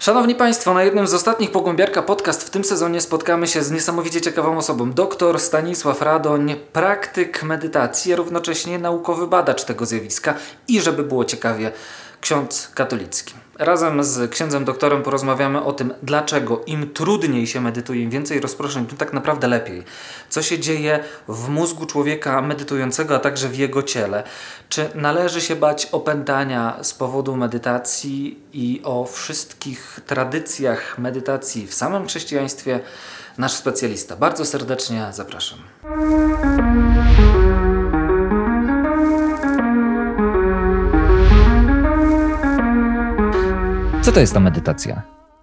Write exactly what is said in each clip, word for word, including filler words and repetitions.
Szanowni Państwo, na jednym z ostatnich Pogłębiarka Podcast w tym sezonie spotkamy się z niesamowicie ciekawą osobą. Doktor Stanisław Radoń, praktyk medytacji, a równocześnie naukowy badacz tego zjawiska i, żeby było ciekawie, ksiądz katolicki. Razem z księdzem doktorem porozmawiamy o tym, dlaczego im trudniej się medytuje, im więcej rozproszeń, tym tak naprawdę lepiej. Co się dzieje w mózgu człowieka medytującego, a także w jego ciele. Czy należy się bać opętania z powodu medytacji i o wszystkich tradycjach medytacji w samym chrześcijaństwie nasz specjalista. Bardzo serdecznie zapraszam. Co to jest ta medytacja?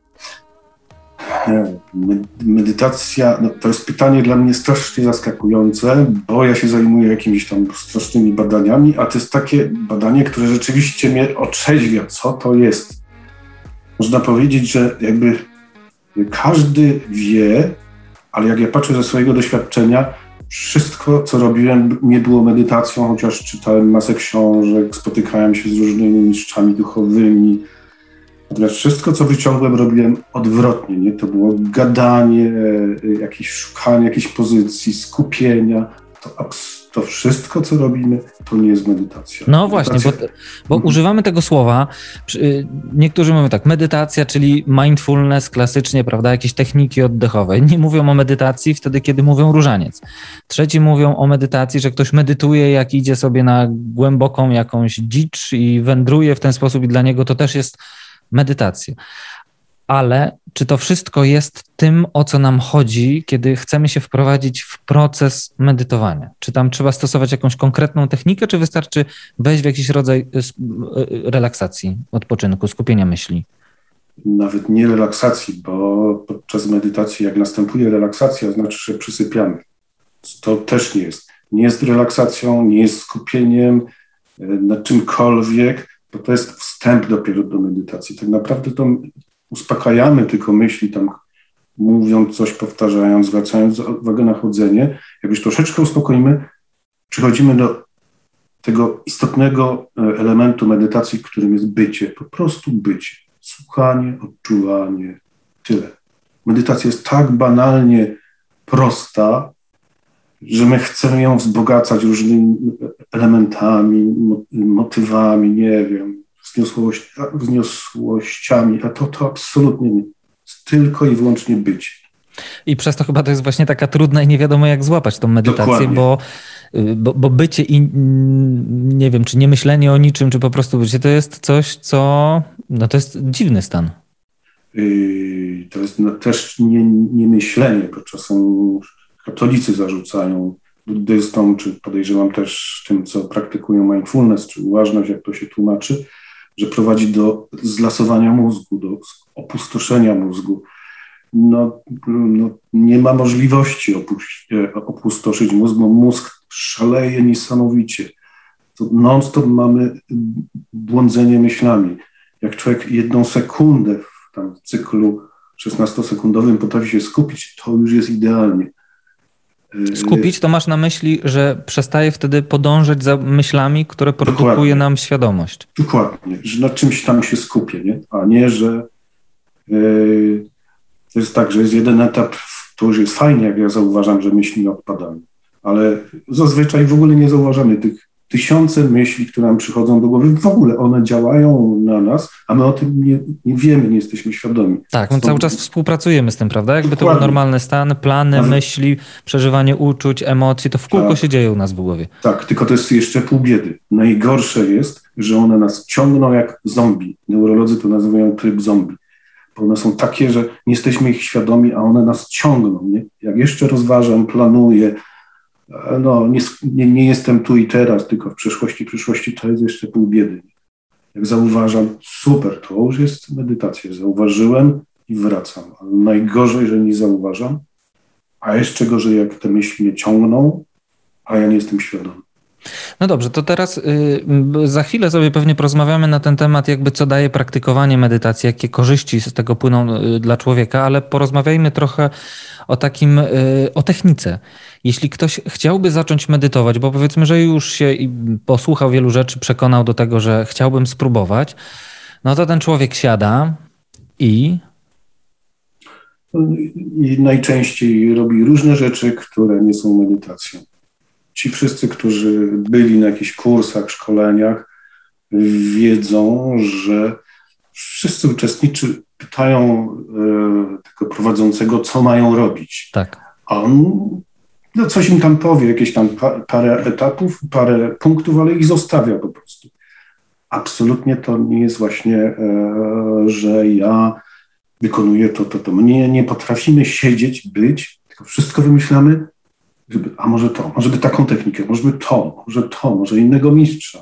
Medytacja, no to jest pytanie dla mnie strasznie zaskakujące, bo ja się zajmuję jakimiś tam strasznymi badaniami, a to jest takie badanie, które rzeczywiście mnie otrzeźwia, co to jest. Można powiedzieć, że jakby każdy wie, ale jak ja patrzę ze swojego doświadczenia, wszystko, co robiłem, nie było medytacją, chociaż czytałem masę książek, spotykałem się z różnymi mistrzami duchowymi. Natomiast wszystko, co wyciągłem, robiłem odwrotnie, nie? To było gadanie, jakieś szukanie jakiejś pozycji, skupienia. To, abs- to wszystko, co robimy, to nie jest medytacja. No właśnie, bo, bo mhm. używamy tego słowa. Niektórzy mówią tak, medytacja, czyli mindfulness klasycznie, prawda, jakieś techniki oddechowe. Nie mówią o medytacji wtedy, kiedy mówią różaniec. Trzeci mówią o medytacji, że ktoś medytuje, jak idzie sobie na głęboką jakąś dzicz i wędruje w ten sposób i dla niego to też jest medytacja. Ale czy to wszystko jest tym, o co nam chodzi, kiedy chcemy się wprowadzić w proces medytowania? Czy tam trzeba stosować jakąś konkretną technikę, czy wystarczy wejść w jakiś rodzaj relaksacji, odpoczynku, skupienia myśli? Nawet nie relaksacji, bo podczas medytacji, jak następuje relaksacja, znaczy, że przysypiamy. To też nie jest. Nie jest relaksacją, nie jest skupieniem na czymkolwiek, bo to jest wstęp dopiero do medytacji. Tak naprawdę to uspokajamy tylko myśli, tam mówiąc coś, powtarzając, zwracając uwagę na chodzenie. Jak już troszeczkę uspokoimy, przechodzimy do tego istotnego elementu medytacji, którym jest bycie. Po prostu bycie. Słuchanie, odczuwanie, tyle. Medytacja jest tak banalnie prosta, że my chcemy ją wzbogacać różnymi elementami, motywami, nie wiem, wzniosłości, wzniosłościami, a to, to absolutnie nie. Jest tylko i wyłącznie bycie. I przez to chyba to jest właśnie taka trudna i nie wiadomo jak złapać tą medytację, bo, bo, bo bycie i nie wiem, czy nie myślenie o niczym, czy po prostu bycie, to jest coś, co, no to jest dziwny stan. Yy, to jest no, też nie, nie myślenie, bo czasem katolicy zarzucają buddystom, czy podejrzewam też tym, co praktykują mindfulness, czy uważność, jak to się tłumaczy, że prowadzi do zlasowania mózgu, do opustoszenia mózgu. No, no nie ma możliwości opuś- opustoszyć mózgu, bo mózg szaleje niesamowicie. To non-stop mamy błądzenie myślami. Jak człowiek jedną sekundę w tam cyklu szesnastosekundowym potrafi się skupić, to już jest idealnie. Skupić, to masz na myśli, że przestaje wtedy podążać za myślami, które produkuje Dokładnie. nam świadomość. Dokładnie, że na czymś tam się skupię, nie? A nie, że yy, to jest tak, że jest jeden etap, to już jest fajnie, jak ja zauważam, że myśli odpadają, ale zazwyczaj w ogóle nie zauważamy tych tysiące myśli, które nam przychodzą do głowy, w ogóle one działają na nas, a my o tym nie, nie wiemy, nie jesteśmy świadomi. Tak, my Stąd... cały czas współpracujemy z tym, prawda? Jakby Dokładnie. To był normalny stan, plany, tak. myśli, przeżywanie uczuć, emocji, to w kółko tak. się dzieje u nas w głowie. Tak, tylko to jest jeszcze pół biedy. Najgorsze jest, że one nas ciągną jak zombie. Neurolodzy to nazywają tryb zombie. Bo one są takie, że nie jesteśmy ich świadomi, a one nas ciągną. Nie? Jak jeszcze rozważam, planuję, no nie, nie, nie jestem tu i teraz, tylko w przeszłości, przyszłości, to jest jeszcze pół biedy. Jak zauważam, super, to już jest medytacja. Zauważyłem i wracam. Ale najgorzej, że nie zauważam, a jeszcze gorzej, jak te myśli mnie ciągną, a ja nie jestem świadomy. No dobrze, to teraz y, za chwilę sobie pewnie porozmawiamy na ten temat, jakby co daje praktykowanie medytacji, jakie korzyści z tego płyną y, dla człowieka, ale porozmawiajmy trochę o takim, y, o technice. Jeśli ktoś chciałby zacząć medytować, bo powiedzmy, że już się posłuchał wielu rzeczy, przekonał do tego, że chciałbym spróbować, no to ten człowiek siada, I? I najczęściej robi różne rzeczy, które nie są medytacją. Ci wszyscy, którzy byli na jakichś kursach, szkoleniach, wiedzą, że wszyscy uczestnicy pytają e, tego prowadzącego, co mają robić. Tak. A on no, coś im tam powie, jakieś tam pa, parę etapów, parę punktów, ale ich zostawia po prostu. Absolutnie to nie jest właśnie, e, że ja wykonuję to, to, to. My nie, nie potrafimy siedzieć, być, tylko wszystko wymyślamy, żeby, a może to, może by taką technikę, może by to, może to, może innego mistrza.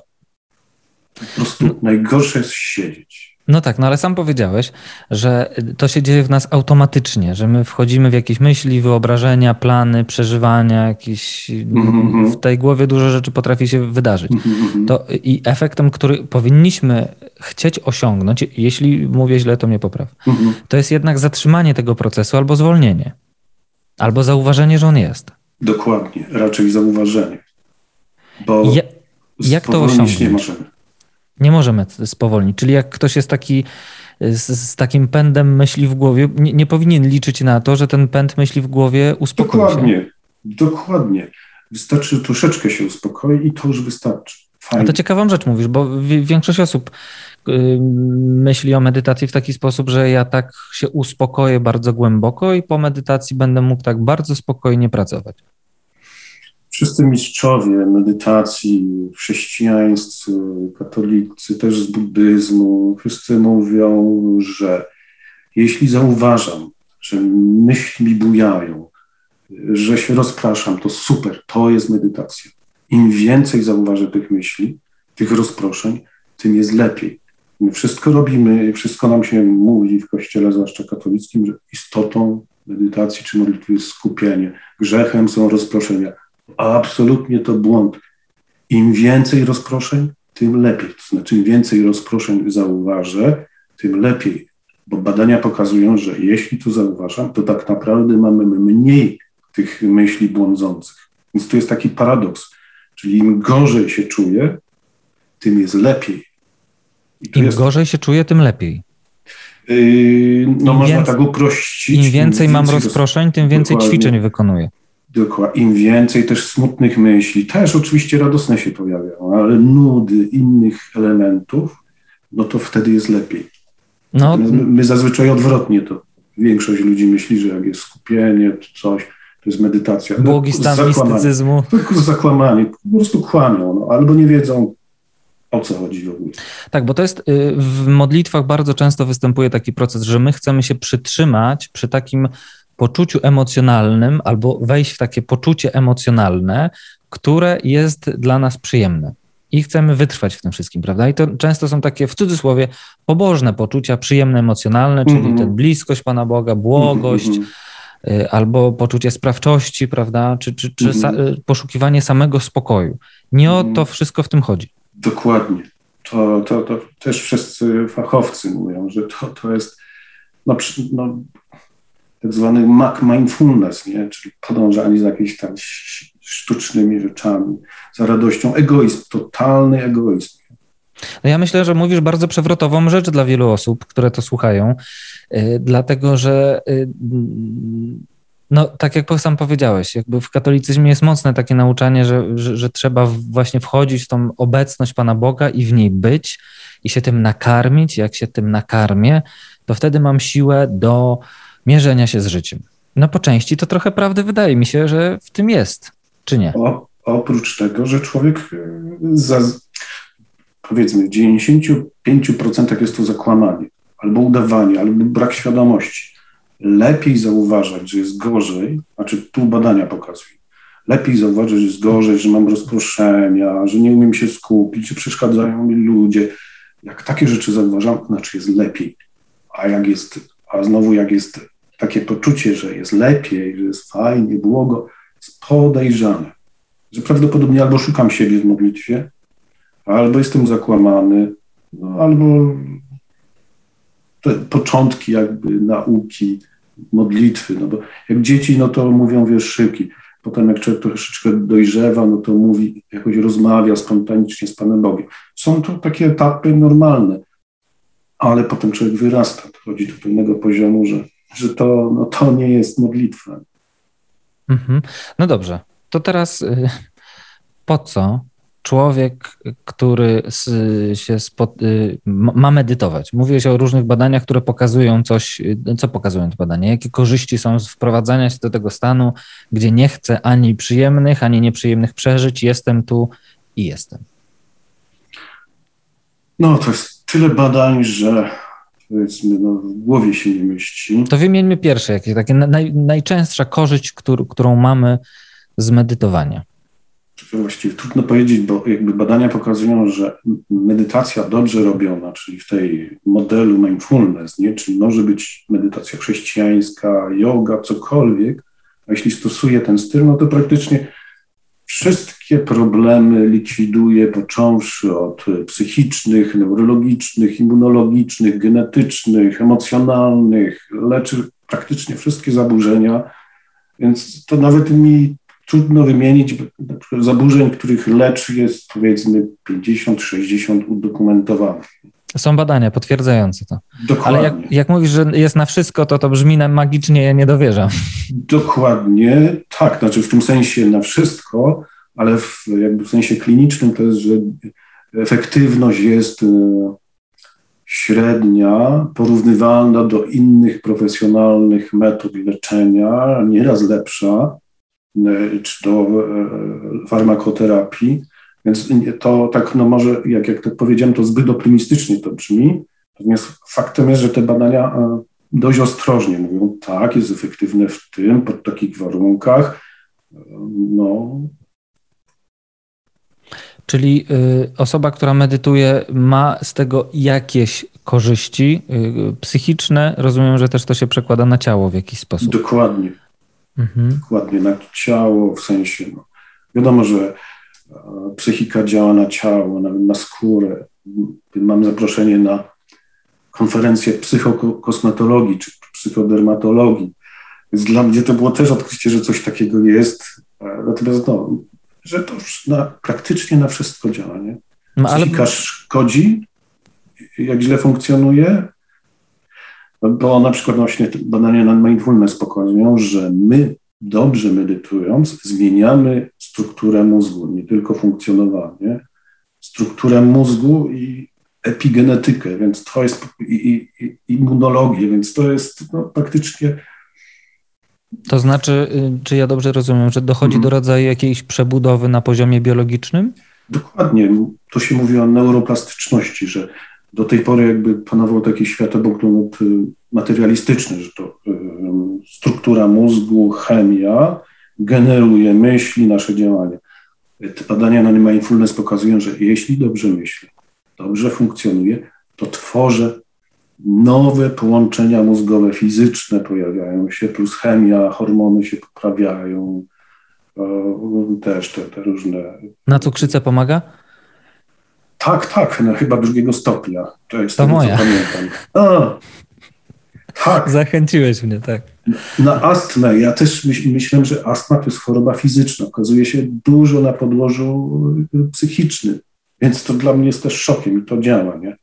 Po prostu no. Najgorsze jest siedzieć. No tak, no ale sam powiedziałeś, że to się dzieje w nas automatycznie, że my wchodzimy w jakieś myśli, wyobrażenia, plany, przeżywania, jakieś mm-hmm. w tej głowie dużo rzeczy potrafi się wydarzyć. Mm-hmm. To i efektem, który powinniśmy chcieć osiągnąć, jeśli mówię źle, to mnie popraw, mm-hmm. to jest jednak zatrzymanie tego procesu albo zwolnienie, albo zauważenie, że on jest. Dokładnie, raczej zauważenie. Bo ja, jak to osiągnąć? Nie możemy. Nie możemy spowolnić. Czyli jak ktoś jest taki z, z takim pędem myśli w głowie, nie, nie powinien liczyć na to, że ten pęd myśli w głowie uspokoi dokładnie, się. Dokładnie. Wystarczy, że troszeczkę się uspokoi i to już wystarczy. Fajnie. A to ciekawą rzecz mówisz, bo większość osób yy, myśli o medytacji w taki sposób, że ja tak się uspokoję bardzo głęboko i po medytacji będę mógł tak bardzo spokojnie pracować. Wszyscy mistrzowie medytacji, chrześcijańscy, katolicy, też z buddyzmu, wszyscy mówią, że jeśli zauważam, że myśli mi bujają, że się rozpraszam, to super, to jest medytacja. Im więcej zauważę tych myśli, tych rozproszeń, tym jest lepiej. My wszystko robimy, wszystko nam się mówi w kościele, zwłaszcza katolickim, że istotą medytacji czy modlitwy jest skupienie. Grzechem są rozproszenia. Absolutnie to błąd. Im więcej rozproszeń, tym lepiej. To znaczy, im więcej rozproszeń zauważę, tym lepiej. Bo badania pokazują, że jeśli to zauważam, to tak naprawdę mamy mniej tych myśli błądzących. Więc tu jest taki paradoks. Czyli im gorzej się czuję, tym jest lepiej. Im jest... gorzej się czuję, tym lepiej. Yy, no Im można więcej, tak uprościć. Im więcej, im więcej mam rozproszeń, tym więcej dokładnie. ćwiczeń wykonuję. Dokładnie. Im więcej też smutnych myśli, też oczywiście radosne się pojawiają, ale nudy, innych elementów, no to wtedy jest lepiej. No. My, my zazwyczaj odwrotnie to. Większość ludzi myśli, że jak jest skupienie, to coś, to jest medytacja. Błogi stan mistycyzmu. To jest zakłamanie. Po prostu kłamią, no, albo nie wiedzą, o co chodzi w ogóle. Tak, bo to jest, w modlitwach bardzo często występuje taki proces, że my chcemy się przytrzymać przy takim poczuciu emocjonalnym albo wejść w takie poczucie emocjonalne, które jest dla nas przyjemne. I chcemy wytrwać w tym wszystkim, prawda? I to często są takie, w cudzysłowie, pobożne poczucia, przyjemne, emocjonalne, czyli mm-hmm. ten bliskość Pana Boga, błogość, mm-hmm. albo poczucie sprawczości, prawda? Czy, czy, czy mm-hmm. sa, poszukiwanie samego spokoju. Nie o to wszystko w tym chodzi. Dokładnie. To, to, to też wszyscy fachowcy mówią, że to, to jest no, no, tak zwany mindfulness, nie? Czyli podążanie za jakimiś tam sztucznymi rzeczami, za radością, egoizm, totalny egoizm. No ja myślę, że mówisz bardzo przewrotową rzecz dla wielu osób, które to słuchają, yy, dlatego że yy, no tak jak sam powiedziałeś, jakby w katolicyzmie jest mocne takie nauczanie, że, że, że trzeba właśnie wchodzić w tą obecność Pana Boga i w niej być i się tym nakarmić. Jak się tym nakarmię, to wtedy mam siłę do mierzenia się z życiem. No po części to trochę prawdy wydaje mi się, że w tym jest, czy nie? O, oprócz tego, że człowiek za, powiedzmy w dziewięćdziesięciu pięciu procentach jest to zakłamanie, albo udawanie, albo brak świadomości. Lepiej zauważać, że jest gorzej, znaczy tu badania pokazują, lepiej zauważyć, że jest gorzej, że mam rozproszenia, że nie umiem się skupić, że przeszkadzają mi ludzie. Jak takie rzeczy zauważam, znaczy jest lepiej. A jak jest, a znowu jak jest takie poczucie, że jest lepiej, że jest fajnie, błogo, jest podejrzane. Że prawdopodobnie albo szukam siebie w modlitwie, albo jestem zakłamany, no, albo te początki jakby nauki, modlitwy, no bo jak dzieci, no to mówią wierszyki, potem jak człowiek troszeczkę dojrzewa, no to mówi, jakoś rozmawia spontanicznie z Panem Bogiem. Są to takie etapy normalne, ale potem człowiek wyrasta, dochodzi do pewnego poziomu, że, że to, no, to nie jest modlitwa. Mhm. No dobrze, to teraz y, po co człowiek, który się spod, y, ma medytować? Mówiłeś o różnych badaniach, które pokazują coś. Co pokazują te badania? Jakie korzyści są z wprowadzania się do tego stanu, gdzie nie chcę ani przyjemnych, ani nieprzyjemnych przeżyć, jestem tu i jestem? No to jest tyle badań, że powiedzmy, no, w głowie się nie mieści. To wymieńmy pierwsze, jakieś takie naj, najczęstsza korzyść, któr, którą mamy z medytowania. Właściwie trudno powiedzieć, bo jakby badania pokazują, że medytacja dobrze robiona, czyli w tej modelu mindfulness, nie? Czyli może być medytacja chrześcijańska, yoga, cokolwiek, a jeśli stosuje ten styl, no to praktycznie wszystkie problemy likwiduje, począwszy od psychicznych, neurologicznych, immunologicznych, genetycznych, emocjonalnych, leczy praktycznie wszystkie zaburzenia, więc to nawet mi trudno wymienić zaburzeń, których leczy jest powiedzmy pięćdziesiąt sześćdziesiąt udokumentowanych. Są badania potwierdzające to. Dokładnie. Ale jak, jak mówisz, że jest na wszystko, to to brzmi na magicznie, ja nie dowierzam. Dokładnie, tak, znaczy w tym sensie na wszystko, ale w, jakby w sensie klinicznym to jest, że efektywność jest średnia, porównywalna do innych profesjonalnych metod leczenia, nieraz lepsza, czy do farmakoterapii, więc to tak, no może, jak, jak tak powiedziałem, to zbyt optymistycznie to brzmi, natomiast faktem jest, że te badania dość ostrożnie mówią, tak, jest efektywne w tym, pod takich warunkach, no. Czyli y, osoba, która medytuje, ma z tego jakieś korzyści y, psychiczne, rozumiem, że też to się przekłada na ciało w jakiś sposób. Dokładnie. Mhm. Dokładnie, na ciało, w sensie, no, wiadomo, że psychika działa na ciało, na, na skórę. Mam zaproszenie na konferencję psychokosmetologii czy psychodermatologii, więc dla mnie to było też odkrycie, że coś takiego jest, natomiast no, że to na, praktycznie na wszystko działa, nie? Psychika ale... szkodzi, jak źle funkcjonuje, bo na przykład właśnie badania nad mindfulness pokazują, że my dobrze medytując zmieniamy strukturę mózgu, nie tylko funkcjonowanie, strukturę mózgu i epigenetykę, więc to jest i, i, i immunologię, więc to jest no, praktycznie... To znaczy, czy ja dobrze rozumiem, że dochodzi mm. do rodzaju jakiejś przebudowy na poziomie biologicznym? Dokładnie. To się mówi o neuroplastyczności, że do tej pory jakby panował taki światopogląd materialistyczny, że to y, struktura mózgu, chemia generuje myśli, nasze działania. Te badania na mindfulness pokazują, że jeśli dobrze myślę, dobrze funkcjonuje, to tworzę nowe połączenia mózgowe, fizyczne pojawiają się, plus chemia, hormony się poprawiają, o, też te, te różne... Na cukrzycę pomaga? Tak, tak, no chyba drugiego stopnia. To jest to tego, moja. co pamiętam. A, tak. Zachęciłeś mnie, tak. Na astmę. Ja też myśl, myślałem, że astma to jest choroba fizyczna. Okazuje się dużo na podłożu psychicznym. Więc to dla mnie jest też szokiem i to działa, nie?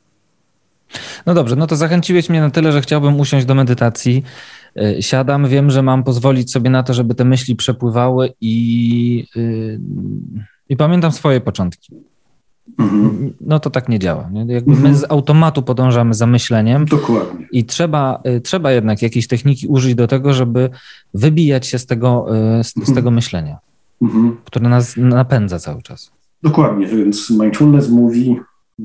No dobrze, no to zachęciłeś mnie na tyle, że chciałbym usiąść do medytacji. Siadam, wiem, że mam pozwolić sobie na to, żeby te myśli przepływały i, yy, i pamiętam swoje początki. Mhm. No to tak nie działa. Nie? Jakby mhm. my z automatu podążamy za myśleniem. Dokładnie. I trzeba, trzeba jednak jakiejś techniki użyć do tego, żeby wybijać się z tego, z, mhm. z tego myślenia, mhm. które nas napędza cały czas. Dokładnie, więc mindfulness mówi,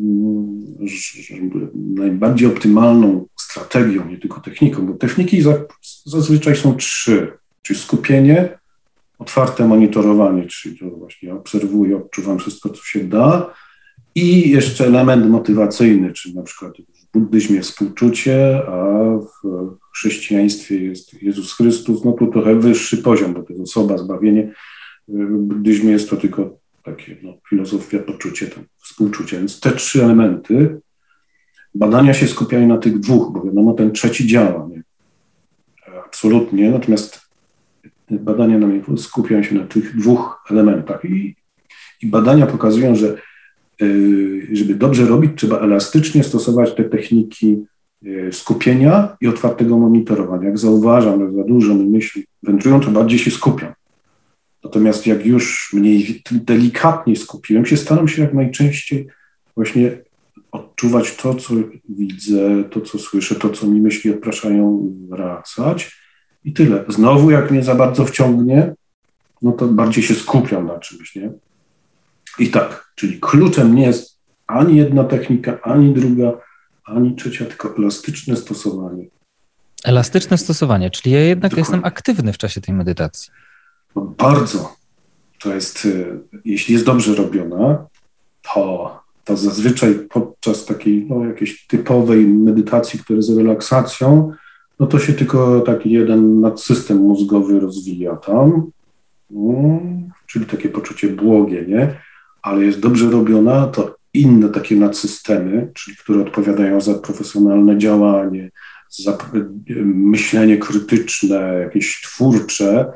że najbardziej optymalną strategią, nie tylko techniką, bo techniki zazwyczaj są trzy, czyli skupienie, otwarte monitorowanie, czyli to właśnie obserwuję, odczuwam wszystko, co się da, i jeszcze element motywacyjny, czyli na przykład w buddyzmie współczucie, a w chrześcijaństwie jest Jezus Chrystus, no to trochę wyższy poziom, bo to jest osoba, zbawienie. W buddyzmie jest to tylko takie no, filozofia, poczucie, tam, współczucie. Więc te trzy elementy, badania się skupiają na tych dwóch, bo wiadomo, ten trzeci działa, nie? Absolutnie, natomiast badania na mnie skupiają się na tych dwóch elementach i, i badania pokazują, że żeby dobrze robić, trzeba elastycznie stosować te techniki skupienia i otwartego monitorowania. Jak zauważam, że za dużo mi myśli wędrują, to bardziej się skupiam. Natomiast jak już mniej delikatnie skupiłem się, staram się jak najczęściej właśnie odczuwać to, co widzę, to, co słyszę, to, co mi myśli odpraszają wracać i tyle. Znowu, jak mnie za bardzo wciągnie, no to bardziej się skupiam na czymś, nie? I tak, czyli kluczem nie jest ani jedna technika, ani druga, ani trzecia, tylko elastyczne stosowanie. Elastyczne stosowanie, czyli ja jednak Dokładnie. Jestem aktywny w czasie tej medytacji. No bardzo. To jest, jeśli jest dobrze robiona, to, to zazwyczaj podczas takiej no, jakiejś typowej medytacji, która jest relaksacją, no to się tylko taki jeden nadsystem mózgowy rozwija tam, no, czyli takie poczucie błogie, nie? Ale jest dobrze robiona, to inne takie nadsystemy, czyli które odpowiadają za profesjonalne działanie, za myślenie krytyczne, jakieś twórcze,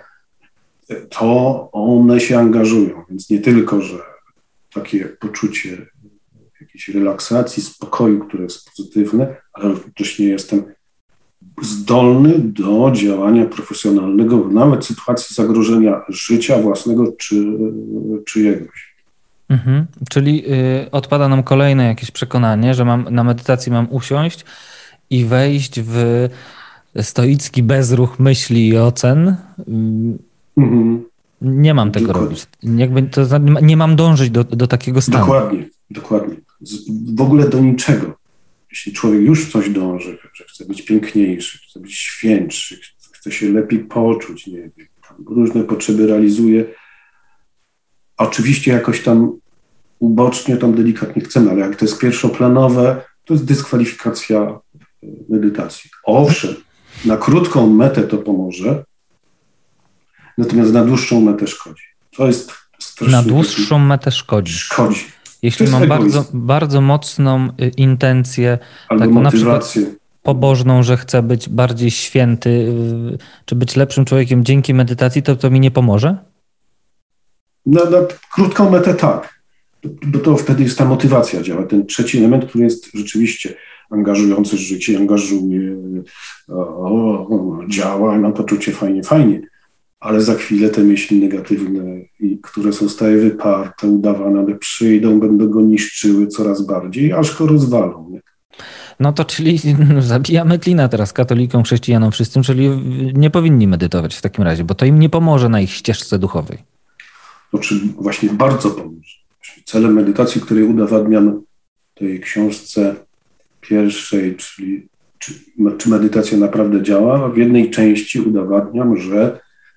to one się angażują. Więc nie tylko, że takie poczucie jakiejś relaksacji, spokoju, które jest pozytywne, ale równocześnie jestem zdolny do działania profesjonalnego, nawet w sytuacji zagrożenia życia własnego czy czyjegoś. Mhm. Czyli y, odpada nam kolejne jakieś przekonanie, że mam, na medytacji mam usiąść i wejść w stoicki bezruch myśli i ocen. Mhm. Nie mam tego dokładnie. robić. Jakby to, nie mam dążyć do, do takiego stanu. Dokładnie, dokładnie. W ogóle do niczego. Jeśli człowiek już coś dąży, że chce być piękniejszy, chce być świętszy, chce się lepiej poczuć, nie wiem, tam różne potrzeby realizuje, oczywiście jakoś tam ubocznie, tam delikatnie chcemy, ale jak to jest pierwszoplanowe, to jest dyskwalifikacja medytacji. Owszem, na krótką metę to pomoże, natomiast na dłuższą metę szkodzi. To jest strasznie... Na dłuższą metę szkodzi. Szkodzi. Jeśli mam bardzo, bardzo mocną intencję, albo taką motywację na przykład pobożną, że chcę być bardziej święty, czy być lepszym człowiekiem dzięki medytacji, to to mi nie pomoże? Na, na krótką metę tak, bo to wtedy jest ta motywacja działa. Ten trzeci element, który jest rzeczywiście angażujący życie, angażuje, o, o, działa na poczucie fajnie, fajnie, ale za chwilę te myśli negatywne, i które są stale wyparte, udawane, one przyjdą, będą go niszczyły coraz bardziej, aż go rozwalą. Nie? No to czyli zabijamy klina teraz katolikom, chrześcijanom, wszystkim, czyli nie powinni medytować w takim razie, bo to im nie pomoże na ich ścieżce duchowej. To czy właśnie bardzo pomoże. Celem medytacji, której udowadniam w tej książce pierwszej, czyli czy, czy medytacja naprawdę działa, w jednej części udowadniam, że,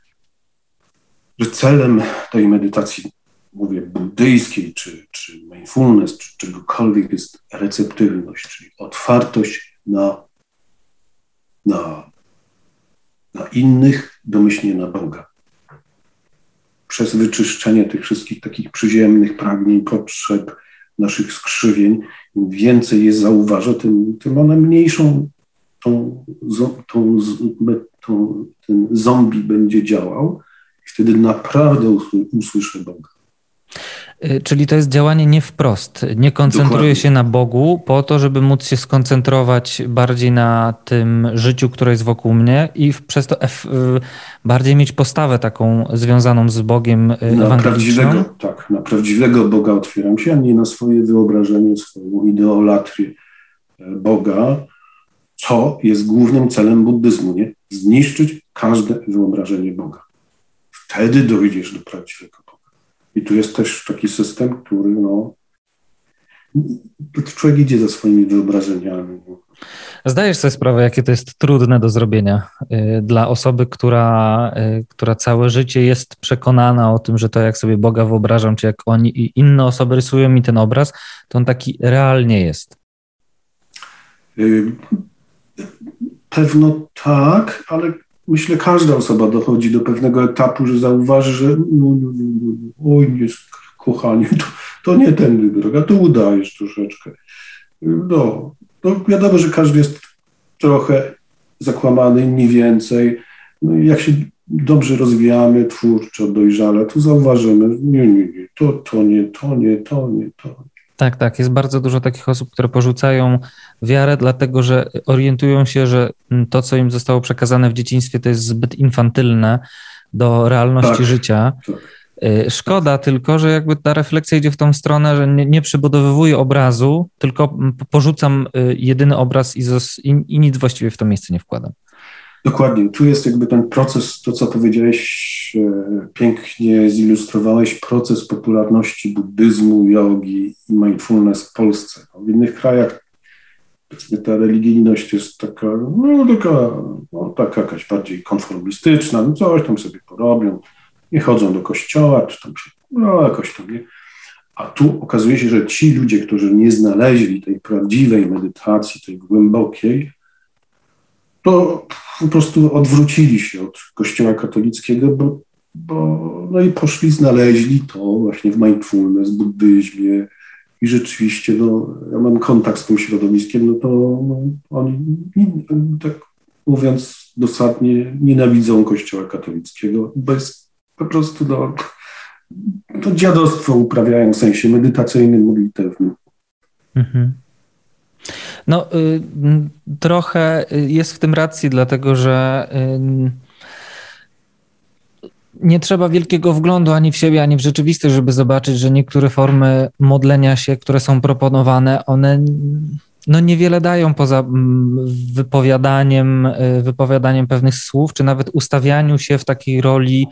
że celem tej medytacji, mówię buddyjskiej, czy, czy mindfulness, czy czegokolwiek, jest receptywność, czyli otwartość na, na, na innych, domyślnie na Boga. Przez wyczyszczenie tych wszystkich takich przyziemnych pragnień, potrzeb, naszych skrzywień, im więcej je zauważę, tym, tym one mniejszą tą, tą, tą, ten zombie będzie działał i wtedy naprawdę usłyszę Boga. Czyli to jest działanie nie wprost. Nie koncentruję Dokładnie. się na Bogu po to, żeby móc się skoncentrować bardziej na tym życiu, które jest wokół mnie i przez to F, bardziej mieć postawę taką związaną z Bogiem na ewangeliczną. Prawdziwego, tak, na prawdziwego Boga otwieram się, a nie na swoje wyobrażenie, swoją ideolatrię Boga, co jest głównym celem buddyzmu, nie? Zniszczyć każde wyobrażenie Boga. Wtedy dojdziesz do prawdziwego Boga. I tu jest też taki system, który no, człowiek idzie za swoimi wyobrażeniami. Zdajesz sobie sprawę, jakie to jest trudne do zrobienia dla osoby, która, która całe życie jest przekonana o tym, że to jak sobie Boga wyobrażam, czy jak oni i inne osoby rysują mi ten obraz, to on taki realnie jest. Pewno tak, ale myślę, każda osoba dochodzi do pewnego etapu, że zauważy, że no, no, no, no, oj, nie, kochanie, to, to nie tędy droga, to udajesz troszeczkę. No, no, wiadomo, że każdy jest trochę zakłamany, inni więcej. No i jak się dobrze rozwijamy, twórczo, dojrzale, to zauważymy, nie, nie, nie, to, to nie, to nie, to nie, to nie. Tak, tak. Jest bardzo dużo takich osób, które porzucają wiarę, dlatego że orientują się, że to, co im zostało przekazane w dzieciństwie, to jest zbyt infantylne do realności Tak, życia. tak. Szkoda tylko, że jakby ta refleksja idzie w tą stronę, że nie, nie przybudowywuję obrazu, tylko porzucam jedyny obraz i, zos, i, i nic właściwie w to miejsce nie wkładam. Dokładnie. Tu jest jakby ten proces, to co powiedziałeś, pięknie zilustrowałeś, proces popularności buddyzmu, jogi i mindfulness w Polsce. W innych krajach powiedzmy ta religijność jest taka, no taka, no, taka jakaś bardziej konformistyczna, no coś tam sobie porobią, nie chodzą do kościoła, czy tam się, no jakoś tam nie. A tu okazuje się, że ci ludzie, którzy nie znaleźli tej prawdziwej medytacji, tej głębokiej, to po prostu odwrócili się od kościoła katolickiego, bo, bo no i poszli, znaleźli to właśnie w mindfulness, w buddyzmie i rzeczywiście, no, ja mam kontakt z tym środowiskiem, no to no, oni, tak mówiąc dosadnie, nienawidzą kościoła katolickiego, bo jest po prostu, no, to dziadostwo uprawiają w sensie medytacyjnym, modlitewnym. Mhm. No, y, trochę jest w tym racji, dlatego że y, nie trzeba wielkiego wglądu ani w siebie, ani w rzeczywistość, żeby zobaczyć, że niektóre formy modlenia się, które są proponowane, one no niewiele dają poza wypowiadaniem, wypowiadaniem pewnych słów, czy nawet ustawianiu się w takiej roli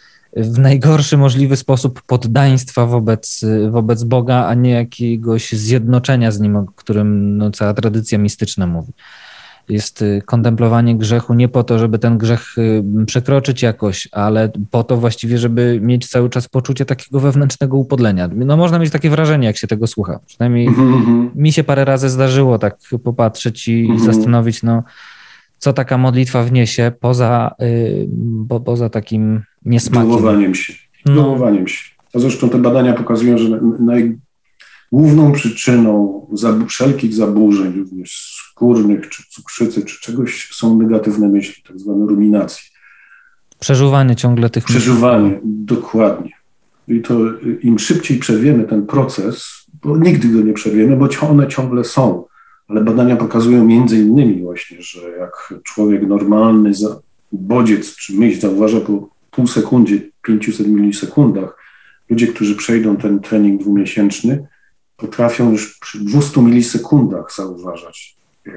w najgorszy możliwy sposób poddaństwa wobec, wobec Boga, a nie jakiegoś zjednoczenia z Nim, o którym no, cała tradycja mistyczna mówi. Jest kontemplowanie grzechu nie po to, żeby ten grzech przekroczyć jakoś, ale po to właściwie, żeby mieć cały czas poczucie takiego wewnętrznego upodlenia. No można mieć takie wrażenie, jak się tego słucha. Przynajmniej mm-hmm. mi się parę razy zdarzyło tak popatrzeć i mm-hmm. zastanowić, no co taka modlitwa wniesie poza, yy, bo, poza takim niesmakiem. Dołowaniem się. No. Dołowaniem się. A zresztą te badania pokazują, że naj, główną przyczyną zab- wszelkich zaburzeń, również skórnych, czy cukrzycy, czy czegoś, są negatywne myśli, tak zwane ruminacje. Przeżuwanie ciągle tych myśli. Przeżuwanie, dokładnie. I to im szybciej przerwiemy ten proces, bo nigdy go nie przerwiemy, bo one ciągle są. Ale badania pokazują między innymi właśnie, że jak człowiek normalny, za, bodziec czy myśl zauważa po pół sekundzie, pięciuset milisekundach, ludzie, którzy przejdą ten trening dwumiesięczny, potrafią już przy dwustu milisekundach zauważać.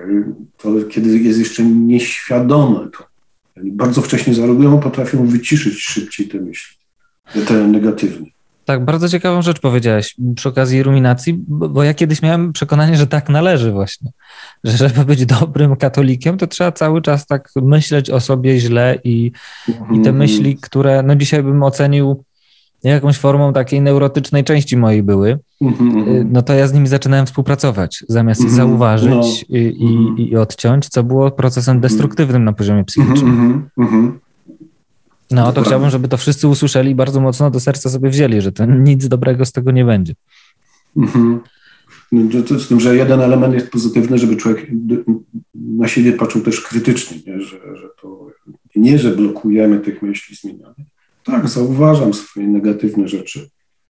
To, kiedy jest jeszcze nieświadome to. Bardzo wcześnie zareagują, potrafią wyciszyć szybciej te myśli, te negatywne. Tak, bardzo ciekawą rzecz powiedziałeś przy okazji ruminacji, bo, bo ja kiedyś miałem przekonanie, że tak należy właśnie, że żeby być dobrym katolikiem, to trzeba cały czas tak myśleć o sobie źle i, mm-hmm. i te myśli, które no dzisiaj bym ocenił jakąś formą takiej neurotycznej części mojej były, mm-hmm. no to ja z nimi zaczynałem współpracować, zamiast ich mm-hmm. zauważyć no. i, i, i odciąć, co było procesem destruktywnym na poziomie psychicznym. Mm-hmm. No to chciałbym, żeby to wszyscy usłyszeli i bardzo mocno do serca sobie wzięli, że to nic dobrego z tego nie będzie. Mhm. Z tym, że jeden element jest pozytywny, żeby człowiek na siebie patrzył też krytycznie, nie? Że, że to nie, że blokujemy tych myśli, zmieniamy. Tak, zauważam swoje negatywne rzeczy.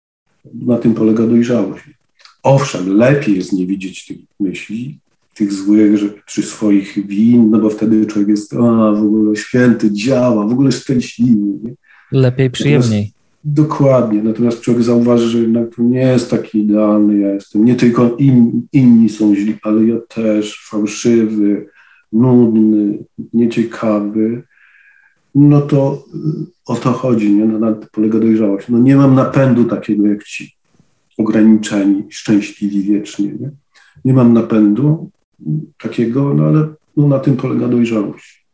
Na tym polega dojrzałość. Owszem, lepiej jest nie widzieć tych myśli, tych złych, że, czy swoich win, no bo wtedy człowiek jest a, w ogóle święty, działa, w ogóle szczęśliwy. Nie? Lepiej, przyjemniej. Natomiast, dokładnie, natomiast człowiek zauważy, że jednak to nie jest taki idealny, ja jestem, nie tylko in, inni są źli, ale ja też, fałszywy, nudny, nieciekawy, no to o to chodzi, nie? No, na to polega dojrzałość. No nie mam napędu takiego jak ci, ograniczeni, szczęśliwi wiecznie, nie? Nie mam napędu takiego, no ale no, na tym polega dojrzałość.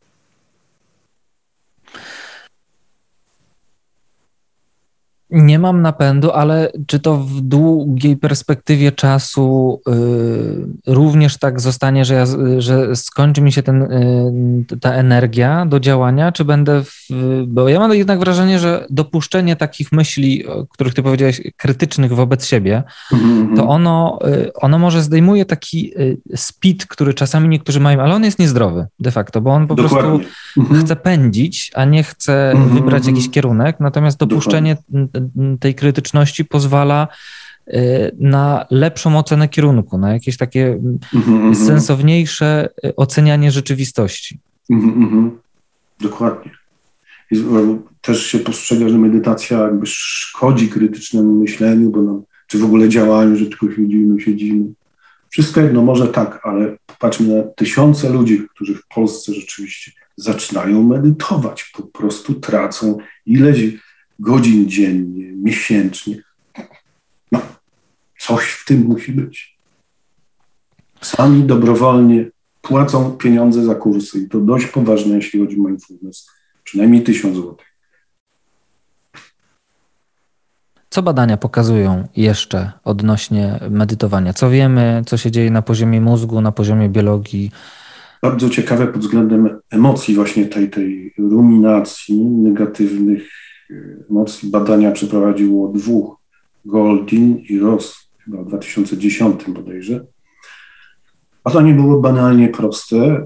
Nie mam napędu, ale czy to w długiej perspektywie czasu y, również tak zostanie, że, ja, że skończy mi się ten, y, ta energia do działania, czy będę, w, bo ja mam jednak wrażenie, że dopuszczenie takich myśli, o których ty powiedziałeś, krytycznych wobec siebie, mm-hmm. to ono, y, ono może zdejmuje taki y, speed, który czasami niektórzy mają, ale on jest niezdrowy de facto, bo on po Dokładnie. prostu mm-hmm. chce pędzić, a nie chce mm-hmm. wybrać jakiś kierunek, natomiast dopuszczenie Dokładnie. tej krytyczności pozwala na lepszą ocenę kierunku, na jakieś takie Mhm, sensowniejsze ocenianie rzeczywistości. mhm, mhm. Dokładnie. I też się postrzega, że medytacja jakby szkodzi krytycznemu myśleniu, bo nam, czy w ogóle działaniu, że tylko siedzimy, siedzimy. Wszystko jedno, może tak, ale popatrzmy na tysiące ludzi, którzy w Polsce rzeczywiście zaczynają medytować, po prostu tracą ileś godzin dziennie, miesięcznie. No, coś w tym musi być. Sami dobrowolnie płacą pieniądze za kursy i to dość poważne, jeśli chodzi o mindfulness, przynajmniej tysiąc złotych. Co badania pokazują jeszcze odnośnie medytowania? Co wiemy, co się dzieje na poziomie mózgu, na poziomie biologii? Bardzo ciekawe pod względem emocji, właśnie tej, tej ruminacji, negatywnych emocji. Badania przeprowadziło dwóch, Goldin i Ross, chyba w dwa tysiące dziesiątym bodajże. Badanie było banalnie proste.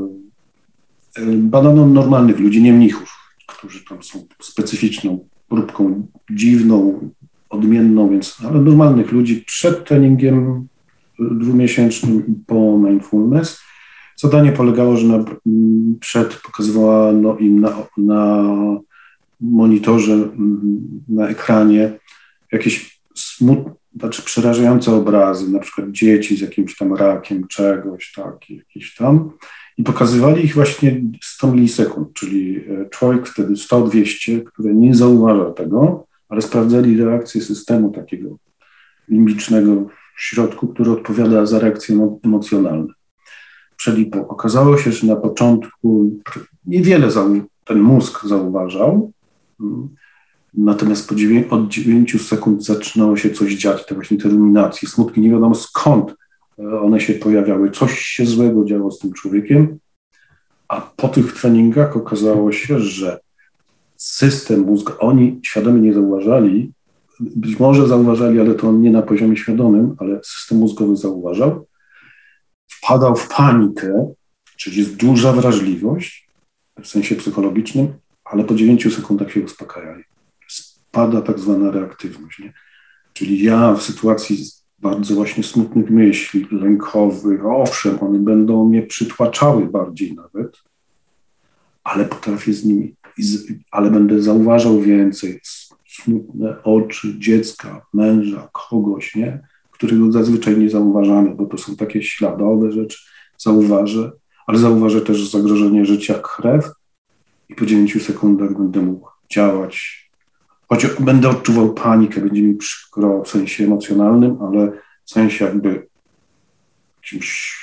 Badano normalnych ludzi, nie mnichów, którzy tam są specyficzną próbką dziwną, odmienną, więc, ale normalnych ludzi przed treningiem dwumiesięcznym i po mindfulness. Zadanie polegało, że na, przed pokazywano im na, na monitorze, na ekranie jakieś smutne, znaczy przerażające obrazy, na przykład dzieci z jakimś tam rakiem czegoś, tak, jakieś tam. I pokazywali ich właśnie sto milisekund, czyli człowiek wtedy sto dwieście, który nie zauważa tego, ale sprawdzali reakcję systemu takiego limbicznego w środku, który odpowiada za reakcje emocjonalne. Przed i po. Okazało się, że na początku niewiele ten mózg zauważał, natomiast po dziewię- od dziewięciu sekund zaczynało się coś dziać, te właśnie te ruminacje, smutki, nie wiadomo skąd one się pojawiały, coś się złego działo z tym człowiekiem, a po tych treningach okazało się, że system mózgu, oni świadomie nie zauważali, być może zauważali, ale to nie na poziomie świadomym, ale system mózgowy zauważał, wpadał w panikę, czyli jest duża wrażliwość w sensie psychologicznym, ale po dziewięciu sekundach się uspokajali. Spada tak zwana reaktywność, nie? Czyli ja w sytuacji bardzo właśnie smutnych myśli, lękowych, owszem, one będą mnie przytłaczały bardziej nawet, ale potrafię z nimi, ale będę zauważał więcej smutne oczy dziecka, męża, kogoś, nie? Którego zazwyczaj nie zauważamy, bo to są takie śladowe rzeczy, zauważę, ale zauważę też zagrożenie życia, krew i po dziewięciu sekundach będę mógł działać. Choć będę odczuwał panikę, będzie mi przykro w sensie emocjonalnym, ale w sensie jakby jakimś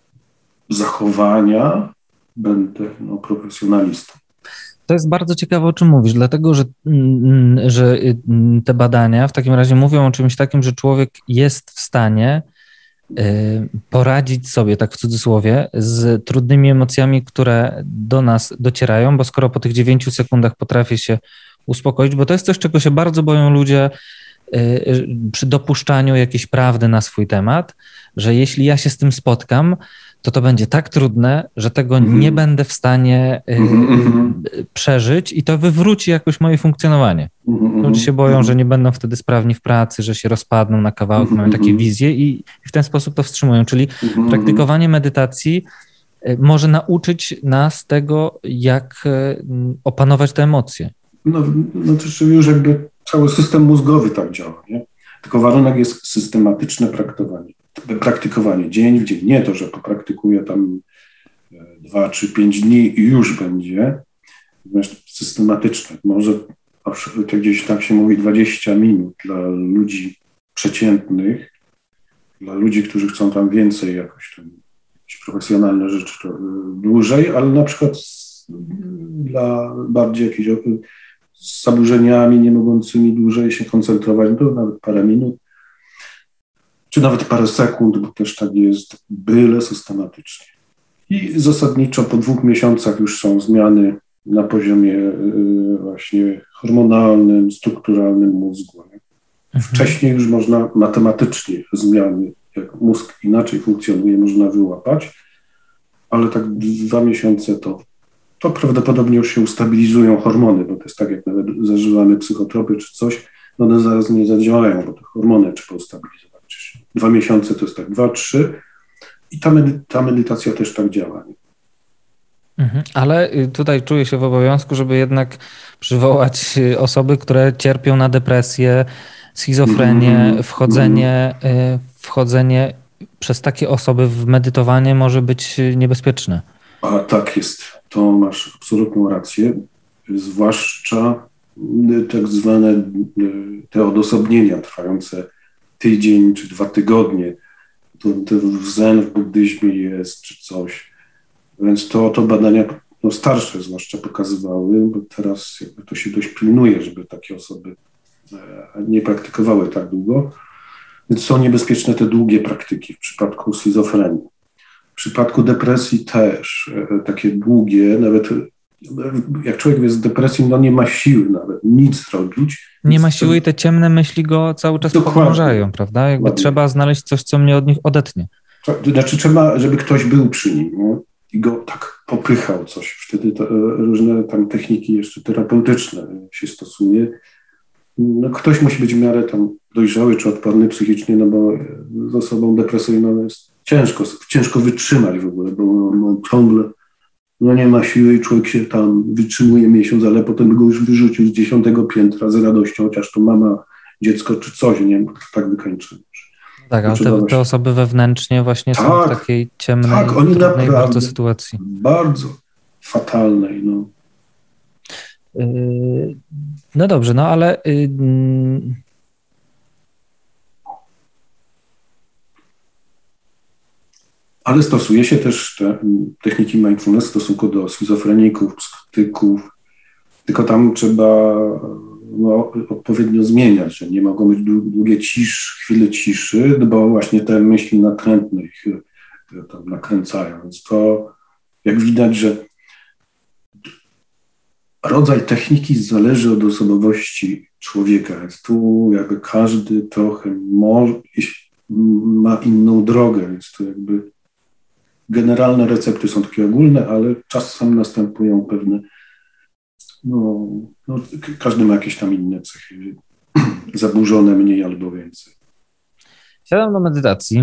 zachowania będę no, profesjonalistą. To jest bardzo ciekawe, o czym mówisz, dlatego że, że te badania w takim razie mówią o czymś takim, że człowiek jest w stanie poradzić sobie, tak w cudzysłowie, z trudnymi emocjami, które do nas docierają, bo skoro po tych dziewięciu sekundach potrafię się uspokoić, bo to jest coś, czego się bardzo boją ludzie przy dopuszczaniu jakiejś prawdy na swój temat, że jeśli ja się z tym spotkam, to to będzie tak trudne, że tego mm. nie będę w stanie mm-hmm. przeżyć i to wywróci jakoś moje funkcjonowanie. Mm-hmm. Ludzie się boją, mm-hmm. że nie będą wtedy sprawni w pracy, że się rozpadną na kawałki, mm-hmm. mają takie wizje i w ten sposób to wstrzymują. Czyli mm-hmm. praktykowanie medytacji może nauczyć nas tego, jak opanować te emocje. No, no to już jakby cały system mózgowy tak działa, nie? Tylko warunek jest systematyczne praktykowanie. Praktykowanie dzień w dzień. Nie to, że popraktykuję tam dwa czy pięć dni i już będzie. Natomiast systematyczne. Może to gdzieś tak się mówi dwadzieścia minut dla ludzi przeciętnych, dla ludzi, którzy chcą tam więcej jakoś tam jakieś profesjonalne rzeczy to dłużej, ale na przykład dla bardziej jakichś z zaburzeniami nie mogącymi dłużej się koncentrować, to nawet parę minut, czy nawet parę sekund, bo też tak jest, byle systematycznie. I zasadniczo po dwóch miesiącach już są zmiany na poziomie y, właśnie hormonalnym, strukturalnym mózgu. Nie? Wcześniej już można matematycznie zmiany, jak mózg inaczej funkcjonuje, można wyłapać, ale tak dwa miesiące to to prawdopodobnie już się ustabilizują hormony, bo to jest tak, jak nawet zażywamy psychotropy czy coś, one zaraz nie zadziałają, bo te hormony trzeba ustabilizować. Dwa miesiące to jest tak, dwa, trzy i ta, medy- ta medytacja też tak działa. Nie? Mhm. Ale tutaj czuję się w obowiązku, żeby jednak przywołać osoby, które cierpią na depresję, schizofrenię, mm-hmm. wchodzenie, wchodzenie przez takie osoby w medytowanie może być niebezpieczne. A tak jest, to masz absolutną rację, zwłaszcza tak zwane te odosobnienia trwające tydzień czy dwa tygodnie, to, to w zen w buddyzmie jest czy coś, więc to, to badania no starsze zwłaszcza pokazywały, bo teraz jakby to się dość pilnuje, żeby takie osoby nie praktykowały tak długo, więc są niebezpieczne te długie praktyki w przypadku schizofrenii. W przypadku depresji też takie długie, nawet jak człowiek jest w depresji, no nie ma siły nawet nic robić. Nie ma siły i te ciemne myśli go cały czas pogrążają, prawda? Jakby Dokładnie. Trzeba znaleźć coś, co mnie od nich odetnie. Znaczy trzeba, żeby ktoś był przy nim, no, i go tak popychał coś. Wtedy to, różne tam techniki jeszcze terapeutyczne się stosuje. No, ktoś musi być w miarę tam dojrzały czy odporny psychicznie, no bo z osobą depresyjną jest ciężko, ciężko wytrzymać w ogóle, bo no, no, ciągle no nie ma siły i człowiek się tam wytrzymuje miesiąc, ale potem go już wyrzucił z dziesiątego piętra z radością, chociaż to mama, dziecko czy coś, nie tak wykończy. Tak, ale te, te osoby wewnętrznie właśnie tak, są w takiej ciemnej, tak, oni trudnej bardzo sytuacji. Bardzo fatalnej, no. Yy, no dobrze, no ale... Yy, Ale stosuje się też te techniki mindfulness w stosunku do schizofreników, psychotyków, tylko tam trzeba no, odpowiednio zmieniać, że nie mogą być długie cisz, chwile ciszy, bo właśnie te myśli natrętne ich tam nakręcają. Więc to jak widać, że rodzaj techniki zależy od osobowości człowieka, więc tu jakby każdy trochę może, ma inną drogę, więc to jakby generalne recepty są takie ogólne, ale czasem następują pewne, no, no każdy ma jakieś tam inne cechy, zaburzone mniej albo więcej. Siadam do medytacji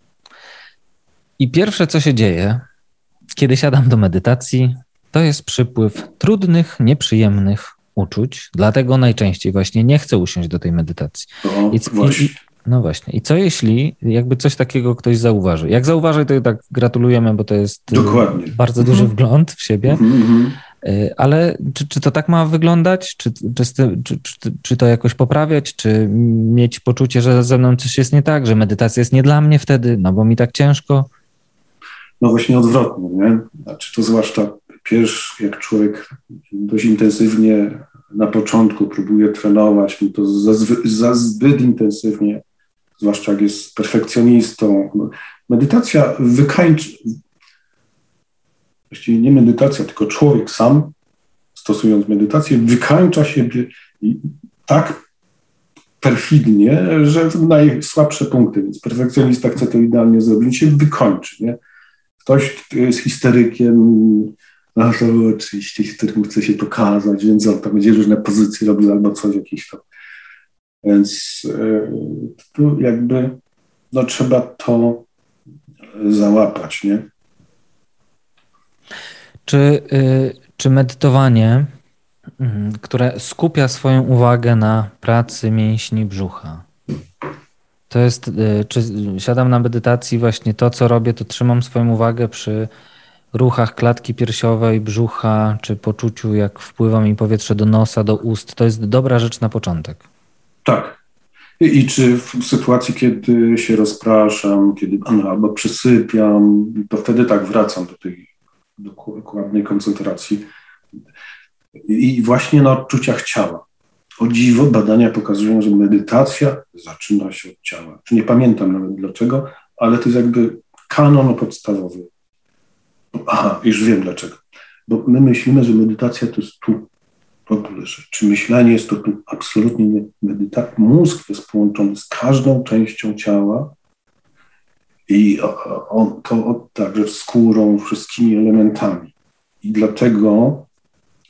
i pierwsze, co się dzieje, kiedy siadam do medytacji, to jest przypływ trudnych, nieprzyjemnych uczuć, dlatego najczęściej właśnie nie chcę usiąść do tej medytacji. No, I, właśnie. I, no właśnie. I co jeśli jakby coś takiego ktoś zauważy? Jak zauważy, to tak gratulujemy, bo to jest Dokładnie. bardzo duży mhm. wgląd w siebie. Mhm. Ale czy, czy to tak ma wyglądać? Czy, czy, czy, czy, czy to jakoś poprawiać? Czy mieć poczucie, że ze mną coś jest nie tak, że medytacja jest nie dla mnie wtedy, no bo mi tak ciężko? No właśnie odwrotnie, nie? Znaczy to zwłaszcza pierwszy, jak człowiek dość intensywnie na początku próbuje trenować, no to za, za zbyt intensywnie, zwłaszcza jak jest perfekcjonistą. Medytacja wykańczy, właściwie nie medytacja, tylko człowiek sam, stosując medytację, wykańcza siebie tak perfidnie, że w najsłabsze punkty, więc perfekcjonista chce to idealnie zrobić, się wykończy, nie? Ktoś, kto jest histerykiem, no to oczywiście histerykiem chce się pokazać, więc on tam będzie różne pozycje robił albo coś jakieś tam. Więc yy, tu jakby no trzeba to załapać, nie? Czy, yy, czy medytowanie, yy, które skupia swoją uwagę na pracy mięśni brzucha, to jest, yy, czy siadam na medytacji, właśnie to, co robię, to trzymam swoją uwagę przy ruchach klatki piersiowej, brzucha, czy poczuciu, jak wpływa mi powietrze do nosa, do ust. To jest dobra rzecz na początek. Tak. I, i czy w sytuacji, kiedy się rozpraszam, kiedy no, albo przysypiam, to wtedy tak wracam do tej dokładnej koncentracji. I właśnie na odczuciach ciała. O dziwo badania pokazują, że medytacja zaczyna się od ciała. Nie pamiętam nawet dlaczego, ale to jest jakby kanon podstawowy. Aha, już wiem dlaczego. Bo my myślimy, że medytacja to jest tu. W ogóle, że czy myślenie jest to tu? Absolutnie nie. Medytacja, mózg jest połączony z każdą częścią ciała i on to także skórą, wszystkimi elementami. I dlatego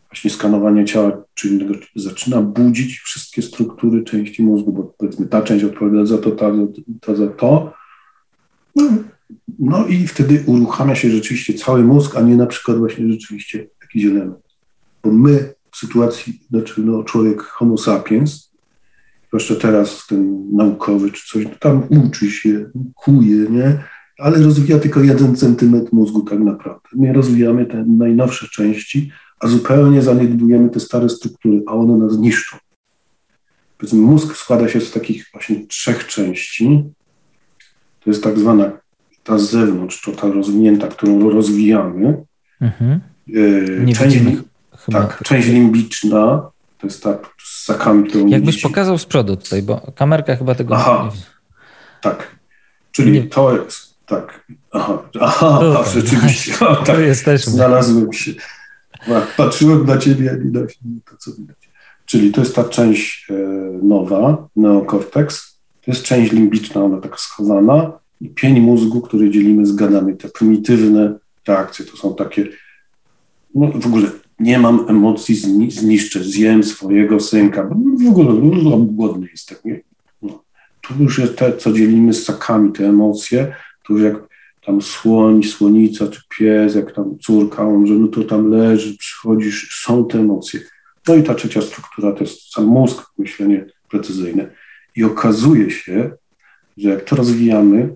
właśnie skanowania ciała czynnego zaczyna budzić wszystkie struktury części mózgu, bo powiedzmy ta część odpowiada za to, ta, ta za to. No, no i wtedy uruchamia się rzeczywiście cały mózg, a nie na przykład właśnie rzeczywiście jakiś element. Bo my w sytuacji, znaczy no, człowiek homo sapiens, zwłaszcza teraz ten naukowy czy coś, tam uczy się, kuje, nie? Ale rozwija tylko jeden centymetr mózgu tak naprawdę. My rozwijamy te najnowsze części, a zupełnie zaniedbujemy te stare struktury, a one nas niszczą. Powiedzmy, mózg składa się z takich właśnie trzech części. To jest tak zwana ta z zewnątrz, to ta rozwinięta, którą rozwijamy. Mhm. Nie część, widzimy, tak, część limbiczna, to jest ta z ssakami, którą Jakbyś widzicie. pokazał z przodu tutaj, bo kamerka chyba tego Aha, nie widzi. Tak, czyli nie. To jest, tak, aha, aha to, a, rzeczywiście, o, tak, to jesteśmy. Znalazłem się. Patrzyłem na ciebie, a nie na to, co widać. Czyli to jest ta część e, nowa, neokorteks, to jest część limbiczna, ona tak schowana i pień mózgu, który dzielimy z gadami. Te prymitywne reakcje to są takie, no w ogóle nie mam emocji, zni- zniszczę, zjem swojego synka, bo w ogóle no, głodny jestem. Nie? No. Tu już jest te, co dzielimy z ssakami, te emocje, to już jak tam słoń, słonica czy pies, jak tam córka, on, że no to tam leży, przychodzisz, są te emocje. No i ta trzecia struktura to jest sam mózg, myślenie precyzyjne. I okazuje się, że jak to rozwijamy,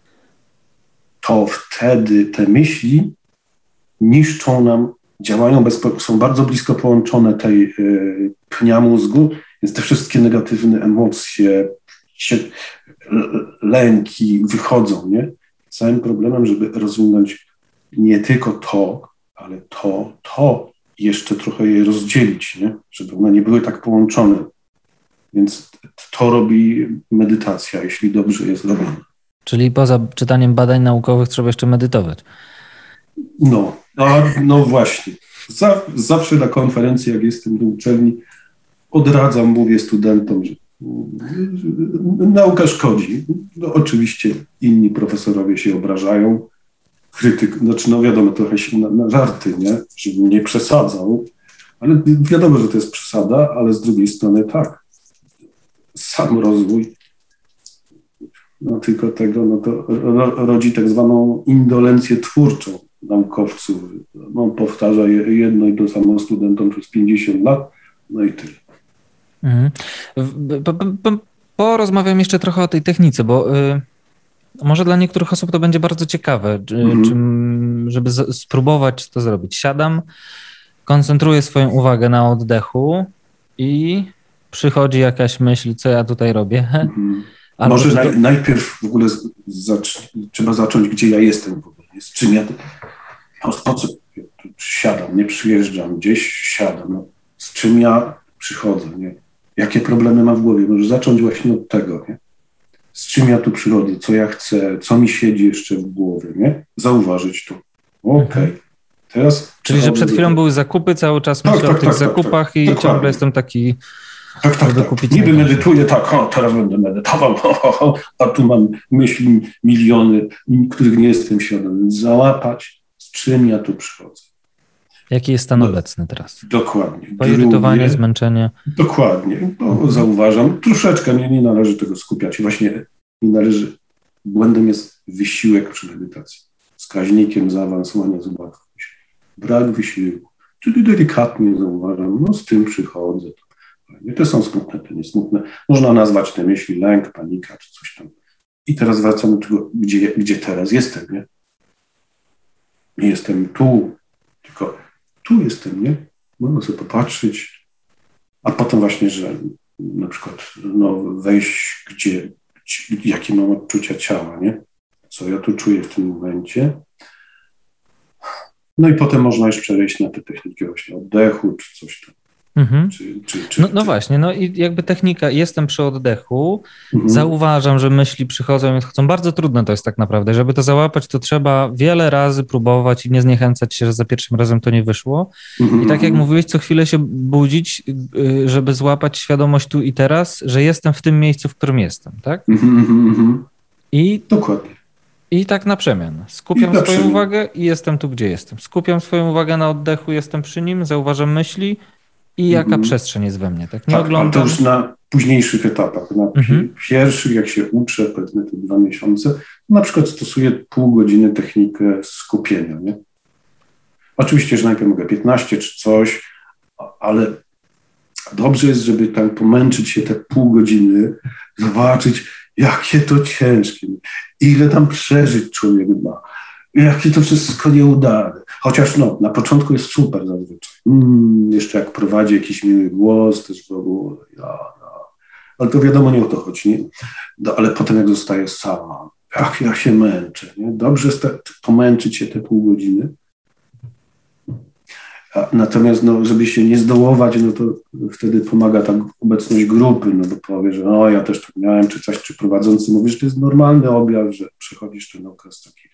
to wtedy te myśli niszczą nam, działają, bez, są bardzo blisko połączone tej y, pnia mózgu, więc te wszystkie negatywne emocje, się, lęki wychodzą, nie? Całym problemem, żeby rozwinąć nie tylko to, ale to, to i jeszcze trochę je rozdzielić, nie? Żeby one nie były tak połączone. Więc to robi medytacja, jeśli dobrze jest robiona. Czyli poza czytaniem badań naukowych trzeba jeszcze medytować. No, a, no właśnie. Za, zawsze na konferencji, jak jestem do uczelni, odradzam, mówię studentom, że, że nauka szkodzi. No, oczywiście inni profesorowie się obrażają. Krytyk, znaczy no wiadomo, trochę się na, na żarty, nie? Żebym nie przesadzał, ale wiadomo, że to jest przesada, ale z drugiej strony tak. Sam rozwój, no tylko tego, no to ro, rodzi tak zwaną indolencję twórczą naukowców. No, powtarza jedno i to samo studentom przez pięćdziesiąt lat, no i tyle. Mhm. Porozmawiam jeszcze trochę o tej technice, bo y, może dla niektórych osób to będzie bardzo ciekawe, czy, mhm. czy, żeby z, spróbować to zrobić. Siadam, koncentruję swoją uwagę na oddechu i przychodzi jakaś myśl, co ja tutaj robię. Mhm. Może naj, to... najpierw w ogóle zacz, trzeba zacząć, gdzie ja jestem w ogóle, z czym ja, no, po co ja tu siadam, nie przyjeżdżam, gdzieś siadam, no, z czym ja przychodzę, nie? Jakie problemy mam w głowie, może zacząć właśnie od tego, nie? Z czym ja tu przychodzę, co ja chcę, co mi siedzi jeszcze w głowie, nie? Zauważyć to. Okej. Okay. Teraz Czyli, że przed chwilą były zakupy, cały czas myślę tak, tak, o tych tak, zakupach tak, tak. i Dokładnie. Ciągle jestem taki... Tak, tak, tak. Niby medytuję, tak, o, teraz będę medytował, ho, ho, ho, a tu mam myśli miliony, których nie jestem świadom. Załapać, z czym ja tu przychodzę. Jaki jest stan no, obecny teraz? Dokładnie. Poirytowanie, Drugie, zmęczenie. Dokładnie, bo mhm. zauważam, troszeczkę nie, nie należy tego skupiać. Właśnie nie należy, błędem jest wysiłek przy medytacji. Wskaźnikiem zaawansowania zobaczmy. Brak wysiłku. Czyli delikatnie zauważam, no z tym przychodzę. Te są smutne, te niesmutne. Można nazwać te myśli lęk, panika czy coś tam. I teraz wracamy do tego, gdzie, gdzie teraz jestem, nie? Nie jestem tu, tylko tu jestem, nie? Można sobie popatrzeć, a potem właśnie, że na przykład no, wejść, gdzie, gdzie, jakie mam odczucia ciała, nie? Co ja tu czuję w tym momencie. No i potem można już przejść na te techniki właśnie oddechu czy coś tam. Mhm. Czy, czy, czy, no, no czy... właśnie, no i jakby technika, jestem przy oddechu, mhm. zauważam, że myśli przychodzą i odchodzą. Bardzo trudne to jest tak naprawdę. Żeby to załapać, to trzeba wiele razy próbować i nie zniechęcać się, że za pierwszym razem to nie wyszło. Mhm. I tak jak mówiłeś, co chwilę się budzić, żeby złapać świadomość tu i teraz, że jestem w tym miejscu, w którym jestem, tak? Mhm. I dokładnie. I tak na przemian. Skupiam na swoją przemian. uwagę i jestem tu, gdzie jestem. Skupiam swoją uwagę na oddechu, jestem przy nim, zauważam myśli i jaka Mhm. przestrzeń jest we mnie. Tak, nie Tak, ale to oglądam. już na późniejszych etapach. Na Mhm. pierwszych, jak się uczę, powiedzmy te dwa miesiące, na przykład stosuję pół godziny technikę skupienia. Nie? Oczywiście, że najpierw mogę piętnaście czy coś, ale dobrze jest, żeby tam pomęczyć się te pół godziny, zobaczyć, jakie to ciężkie, ile tam przeżyć człowiek ma, jakie to wszystko nieudane. Chociaż no, na początku jest super zazwyczaj. Mm, jeszcze jak prowadzi jakiś miły głos, też w ogóle, ja, no. Ale to wiadomo, nie o to chodzi. Nie? No, ale potem jak zostaje sama, jak ja się męczę. Nie? Dobrze jest te, pomęczyć się te pół godziny. A, natomiast no, żeby się nie zdołować, no to wtedy pomaga ta obecność grupy, no bo powie, że no ja też tak miałem, czy coś, czy prowadzący mówi, że to jest normalny objaw, że przechodzisz ten okres taki.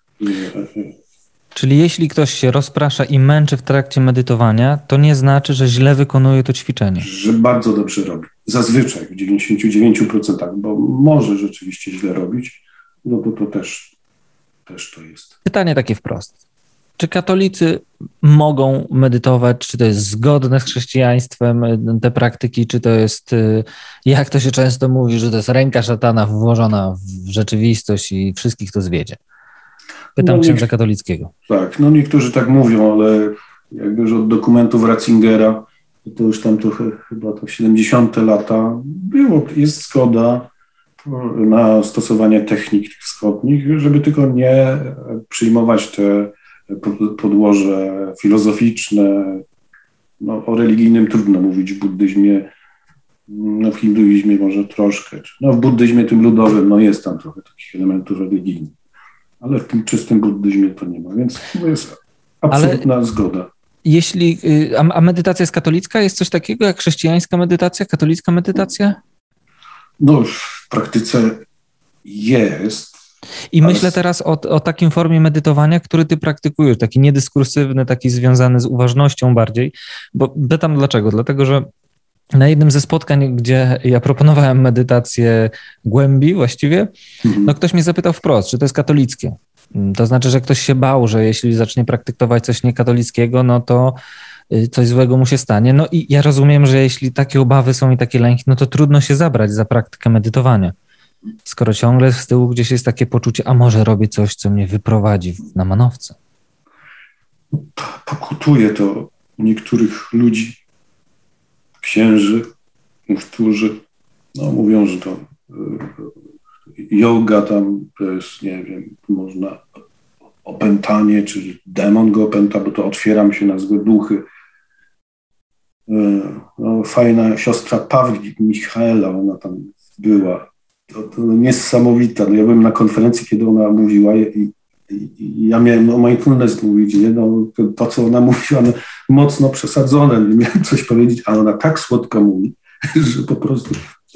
Czyli jeśli ktoś się rozprasza i męczy w trakcie medytowania, to nie znaczy, że źle wykonuje to ćwiczenie. Że bardzo dobrze robi. Zazwyczaj w dziewięćdziesiąt dziewięć procent, bo może rzeczywiście źle robić, no bo to też, też to jest. Pytanie takie wprost. Czy katolicy mogą medytować? Czy to jest zgodne z chrześcijaństwem, te praktyki? Czy to jest, jak to się często mówi, że to jest ręka szatana włożona w rzeczywistość i wszystkich to zwiedzie? Pytam no, księdza katolickiego. Tak, no niektórzy tak mówią, ale jakby już od dokumentów Ratzingera, to już tam to chyba to siedemdziesiąte lata było, jest zgoda na stosowanie technik tych wschodnich, żeby tylko nie przyjmować te podłoże filozoficzne. No, o religijnym trudno mówić w buddyzmie, no, w hinduizmie może troszkę. No, w buddyzmie tym ludowym no, jest tam trochę takich elementów religijnych, ale w tym czystym buddyzmie to nie ma, więc to jest absolutna ale zgoda. Jeśli, a, a medytacja jest katolicka? Jest coś takiego jak chrześcijańska medytacja, katolicka medytacja? No w praktyce jest. I myślę teraz o, o takim formie medytowania, który ty praktykujesz, taki niedyskursywny, taki związany z uważnością bardziej, bo pytam dlaczego? Dlatego, że na jednym ze spotkań, gdzie ja proponowałem medytację głębi właściwie, mhm. no ktoś mnie zapytał wprost, czy to jest katolickie. To znaczy, że ktoś się bał, że jeśli zacznie praktykować coś niekatolickiego, no to coś złego mu się stanie. No i ja rozumiem, że jeśli takie obawy są i takie lęki, no to trudno się zabrać za praktykę medytowania. Skoro ciągle z tyłu gdzieś jest takie poczucie, a może robię coś, co mnie wyprowadzi na manowce. Pokutuje to u niektórych ludzi, księży, którzy no, mówią, że to yoga tam to jest, nie wiem, można opętanie, czy demon go opęta, bo to otwieram się na złe duchy. No, fajna siostra Pawli, Michaela, ona tam była. To, to niesamowita. No, ja byłem na konferencji, kiedy ona mówiła i, i, i ja miałem o mindfulness mówić, nie? No, to, to, co ona mówiła, no, mocno przesadzone. Nie miałem coś powiedzieć, a ona tak słodko mówi, że po prostu...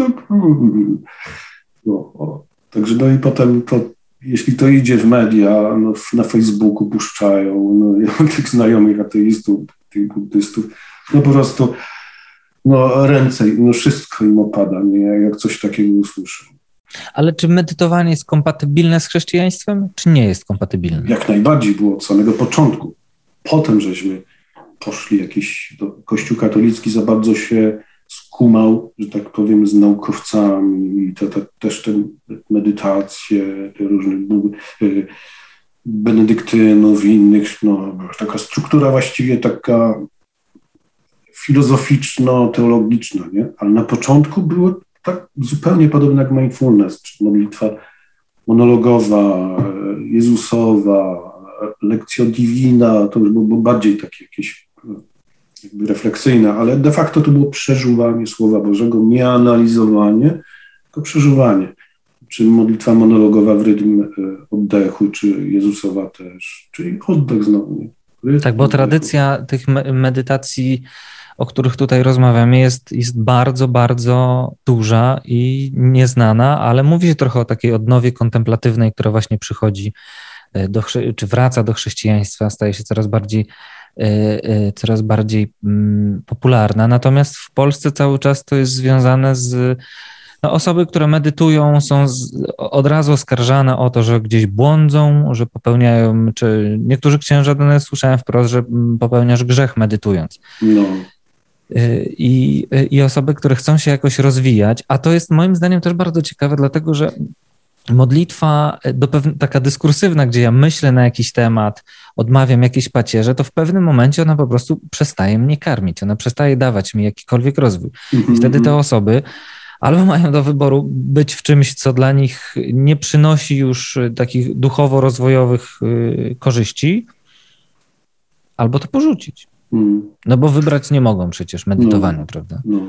No, o. Także no i potem to, jeśli to idzie w media, no, na Facebooku puszczają, no, ja mam tych znajomych ateistów, tych buddystów, no po prostu no, ręce, no wszystko im opada, nie? Jak coś takiego usłyszą. Ale czy medytowanie jest kompatybilne z chrześcijaństwem, czy nie jest kompatybilne? Jak najbardziej było od samego początku. Potem żeśmy poszli jakiś, do Kościół katolicki za bardzo się skumał, że tak powiem, z naukowcami i te, te, też te medytacje, te różne benedyktynów i innych, no, taka struktura właściwie taka filozoficzno-teologiczna, nie? Ale na początku było tak zupełnie podobne jak mindfulness, czy modlitwa monologowa, Jezusowa, lekcja divina, to już było bardziej takie jakieś jakby refleksyjne, ale de facto to było przeżuwanie Słowa Bożego, nie analizowanie, tylko przeżuwanie. Czy modlitwa monologowa w rytm oddechu, czy Jezusowa też, czyli oddech znowu. Nie? Tak, bo tradycja tych medytacji, o których tutaj rozmawiamy, jest, jest bardzo, bardzo duża i nieznana, ale mówi się trochę o takiej odnowie kontemplatywnej, która właśnie przychodzi do, czy wraca do chrześcijaństwa, staje się coraz bardziej coraz bardziej popularna. Natomiast w Polsce cały czas to jest związane z No, osoby, które medytują, są z, od razu oskarżane o to, że gdzieś błądzą, że popełniają, czy niektórzy księża, no, słyszałem wprost, że popełniasz grzech medytując. No. I, I osoby, które chcą się jakoś rozwijać, a to jest moim zdaniem też bardzo ciekawe, dlatego że modlitwa do pewn- taka dyskursywna, gdzie ja myślę na jakiś temat, odmawiam jakieś pacierze, to w pewnym momencie ona po prostu przestaje mnie karmić, ona przestaje dawać mi jakikolwiek rozwój. I wtedy te osoby albo mają do wyboru być w czymś, co dla nich nie przynosi już takich duchowo-rozwojowych korzyści, albo to porzucić. No bo wybrać nie mogą przecież medytowania, no, prawda? No.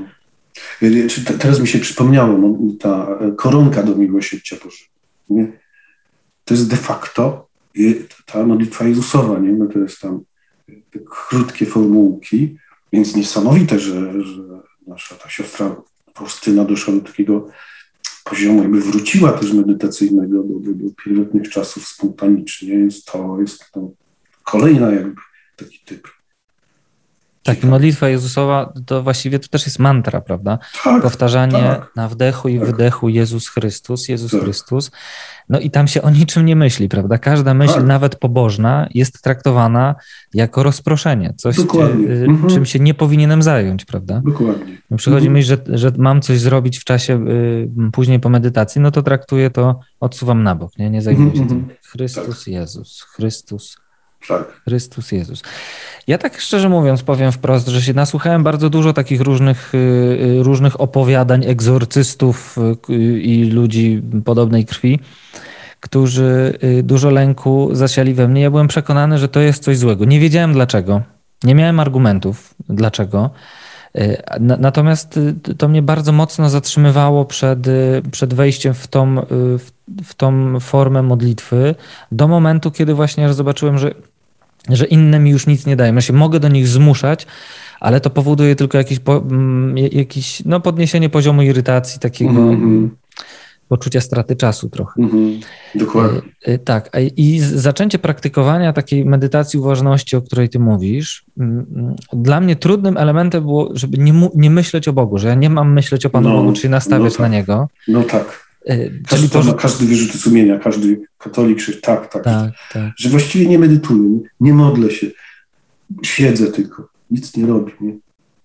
Teraz mi się przypomniało, no, ta koronka do miłosierdzia Bożego. Nie? To jest de facto ta modlitwa Jezusowa, nie? No to jest tam te krótkie formułki, więc niesamowite, że, że nasza ta siostra Faustyna doszła do takiego poziomu, jakby wróciła też medytacyjnego do, do, do pierwotnych czasów spontanicznie, więc to jest to kolejna jakby taki typ. Tak, i modlitwa Jezusowa to właściwie to też jest mantra, prawda? Tak, powtarzanie tak, na wdechu i tak. wydechu Jezus Chrystus, Jezus tak. Chrystus. No i tam się o niczym nie myśli, prawda? Każda myśl, tak. nawet pobożna, jest traktowana jako rozproszenie, coś, Dokładnie. y, Mhm. czym się nie powinienem zająć, prawda? Dokładnie. Przychodzi mhm. myśl, że, że mam coś zrobić w czasie y, później po medytacji, no to traktuję to, odsuwam na bok, nie, nie zajmuję się mhm. tym. Chrystus, tak. Jezus, Chrystus. Tak. Chrystus Jezus. Ja tak szczerze mówiąc powiem wprost, że się nasłuchałem bardzo dużo takich różnych, różnych opowiadań egzorcystów i ludzi podobnej krwi, którzy dużo lęku zasiali we mnie. Ja byłem przekonany, że to jest coś złego. Nie wiedziałem dlaczego. Nie miałem argumentów dlaczego. Natomiast to mnie bardzo mocno zatrzymywało przed, przed wejściem w tą, w, w tą formę modlitwy do momentu, kiedy właśnie zobaczyłem, że że inne mi już nic nie dają. Ja się mogę do nich zmuszać, ale to powoduje tylko jakieś, po, jakieś no, podniesienie poziomu irytacji, takiego mm-hmm. poczucia straty czasu trochę. Mm-hmm. Dokładnie. Tak. I zaczęcie praktykowania takiej medytacji uważności, o której ty mówisz, dla mnie trudnym elementem było, żeby nie, mu, nie myśleć o Bogu, że ja nie mam myśleć o Panu no, Bogu, czyli nastawiać no tak. na Niego. No tak. Każdy, Czyli ma każdy wyrzuty sumienia, każdy katolik, tak, tak, tak, tak. Że właściwie nie medytuję, nie, nie modlę się, siedzę tylko, nic nie robię. Nie?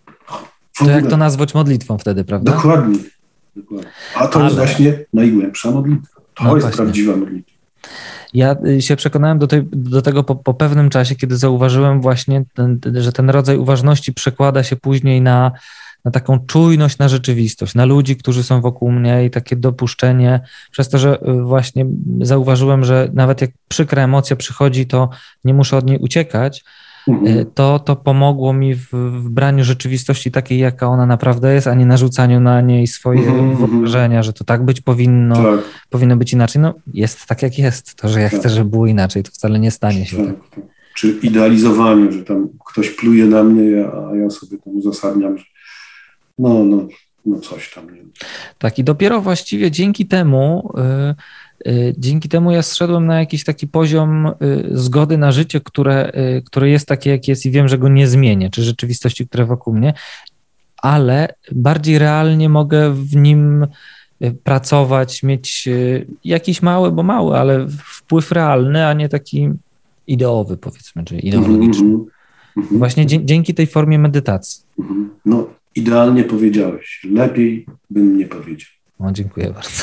To jak to nazwać modlitwą wtedy, prawda? Dokładnie. Dokładnie. A to Ale... jest właśnie najgłębsza modlitwa. To no jest właśnie. Prawdziwa modlitwa. Ja się przekonałem do, tej, do tego po, po pewnym czasie, kiedy zauważyłem właśnie, ten, że ten rodzaj uważności przekłada się później na na taką czujność na rzeczywistość, na ludzi, którzy są wokół mnie i takie dopuszczenie, przez to, że właśnie zauważyłem, że nawet jak przykra emocja przychodzi, to nie muszę od niej uciekać, mhm. to, to pomogło mi w, w braniu rzeczywistości takiej, jaka ona naprawdę jest, a nie narzucaniu na niej swoje mhm. wyobrażenia, że to tak być powinno, tak. powinno być inaczej. No jest tak, jak jest. To, że ja tak. chcę, żeby było inaczej, to wcale nie stanie się tak. tak. Czy idealizowaniu, że tam ktoś pluje na mnie, a ja sobie tam uzasadniam, że No, no, no coś tam. Nie. Tak i dopiero właściwie dzięki temu, y, y, dzięki temu ja zszedłem na jakiś taki poziom y, zgody na życie, które, y, które jest takie, jak jest i wiem, że go nie zmienię, czy rzeczywistości, które wokół mnie, ale bardziej realnie mogę w nim pracować, mieć y, jakiś mały, bo mały, ale wpływ realny, a nie taki ideowy, powiedzmy, czy ideologiczny. Mm-hmm. Mm-hmm. Właśnie dzie- dzięki tej formie medytacji. Mm-hmm. No. Idealnie powiedziałeś. Lepiej bym nie powiedział. No, dziękuję bardzo.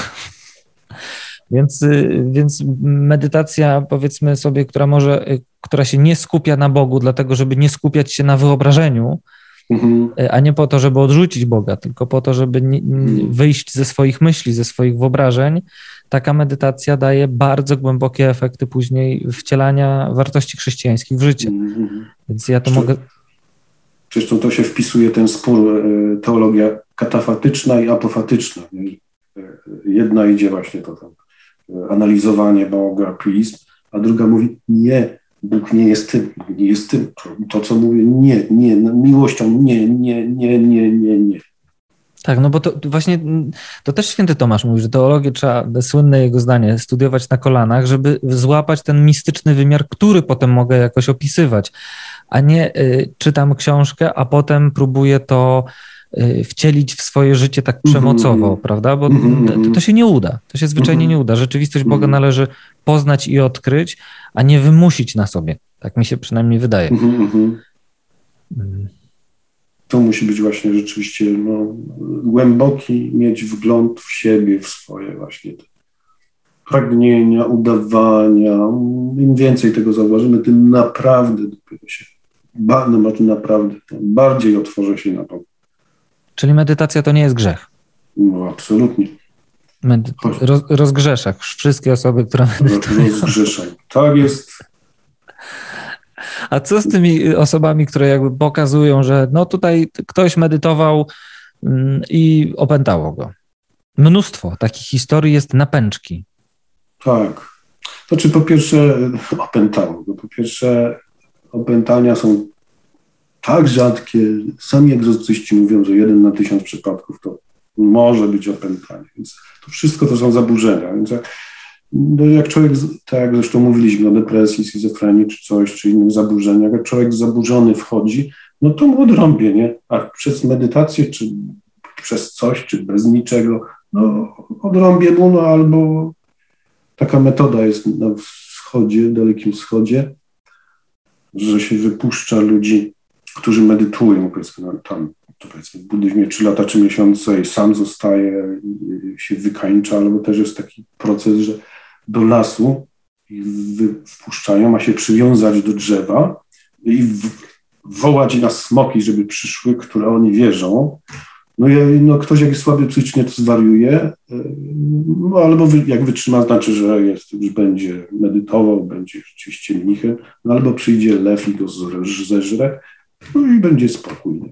Więc, więc medytacja, powiedzmy sobie, która może, która się nie skupia na Bogu, dlatego żeby nie skupiać się na wyobrażeniu, mhm. a nie po to, żeby odrzucić Boga, tylko po to, żeby nie, mhm. wyjść ze swoich myśli, ze swoich wyobrażeń, taka medytacja daje bardzo głębokie efekty później wcielania wartości chrześcijańskich w życie. Mhm. Więc ja to Zresztą, mogę... Zresztą to się wpisuje ten spór, teologia katafatyczna i apofatyczna. Jedna idzie właśnie to tam, analizowanie Boga, ateizm, a druga mówi nie, Bóg nie jest tym, nie jest tym. To, co mówię, nie, nie, miłością, nie, nie, nie, nie, nie, nie. Tak, no bo to właśnie, to też święty Tomasz mówi, że teologię trzeba, słynne jego zdanie, studiować na kolanach, żeby złapać ten mistyczny wymiar, który potem mogę jakoś opisywać, a nie y, czytam książkę, a potem próbuję to wcielić w swoje życie tak przemocowo, mm-hmm. prawda? Bo mm-hmm. to, to się nie uda. To się zwyczajnie mm-hmm. nie uda. Rzeczywistość Boga mm-hmm. należy poznać i odkryć, a nie wymusić na sobie. Tak mi się przynajmniej wydaje. Mm-hmm. Mm. To musi być właśnie rzeczywiście no, głęboki, mieć wgląd w siebie, w swoje właśnie te pragnienia, udawania. Im więcej tego zauważymy, tym naprawdę dopiero się no, naprawdę bardziej otworzę się na to. Czyli medytacja to nie jest grzech? No absolutnie. Medy- roz, rozgrzeszak. Wszystkie osoby, które medytują. Rozgrzeszak. Tak jest. A co z tymi osobami, które jakby pokazują, że no tutaj ktoś medytował i opętało go? Mnóstwo takich historii jest na pęczki. Tak. Znaczy po pierwsze opętało go. Po pierwsze opętania są tak rzadkie. Sami egzorcyści mówią, że jeden na tysiąc przypadków to może być opętanie. Więc to wszystko to są zaburzenia. Więc jak, no jak człowiek, tak jak zresztą mówiliśmy o depresji, schizofrenii czy coś, czy innych zaburzeniach, jak człowiek zaburzony wchodzi, no to mu odrąbie, nie? A przez medytację, czy przez coś, czy bez niczego, no odrąbie mu, no albo taka metoda jest na wschodzie, dalekim wschodzie, że się wypuszcza ludzi, którzy medytują, powiedzmy, no, tam, to powiedzmy w buddyzmie trzy lata, trzy miesiące i sam zostaje, i się wykańcza, albo też jest taki proces, że do lasu ich wpuszczają, ma się przywiązać do drzewa i w, wołać na smoki, żeby przyszły, które oni wierzą. No, i, no ktoś jak jest słaby psychicznie, to zwariuje, no albo wy, jak wytrzyma, znaczy, że jest, już będzie medytował, będzie rzeczywiście mnichem, no albo przyjdzie lew i go zeżre, no i będzie spokójny.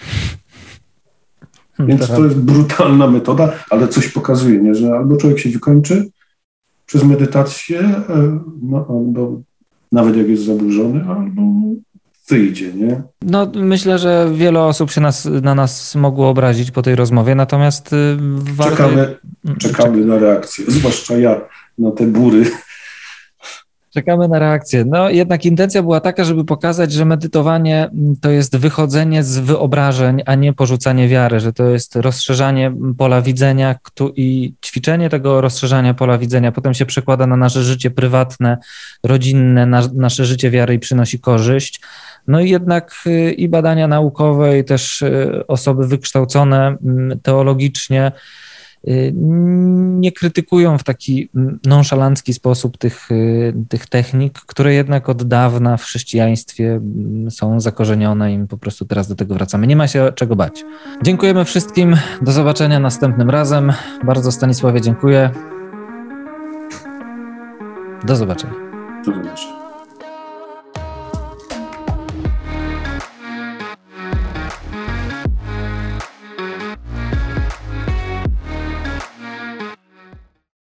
Więc to jest brutalna metoda, ale coś pokazuje, nie? Że albo człowiek się wykończy przez medytację, no, albo nawet jak jest zaburzony, albo wyjdzie, nie? No myślę, że wiele osób się nas, na nas mogło obrazić po tej rozmowie, natomiast warto... Czekamy, czekamy na reakcję, zwłaszcza ja, na te bury. Czekamy na reakcję. No jednak intencja była taka, żeby pokazać, że medytowanie to jest wychodzenie z wyobrażeń, a nie porzucanie wiary, że to jest rozszerzanie pola widzenia i ćwiczenie tego rozszerzania pola widzenia potem się przekłada na nasze życie prywatne, rodzinne, na nasze życie wiary i przynosi korzyść. No i jednak i badania naukowe, i też osoby wykształcone teologicznie nie krytykują w taki nonszalancki sposób tych, tych technik, które jednak od dawna w chrześcijaństwie są zakorzenione i my po prostu teraz do tego wracamy. Nie ma się czego bać. Dziękujemy wszystkim. Do zobaczenia następnym razem. Bardzo Stanisławie dziękuję. Do zobaczenia. Do zobaczenia.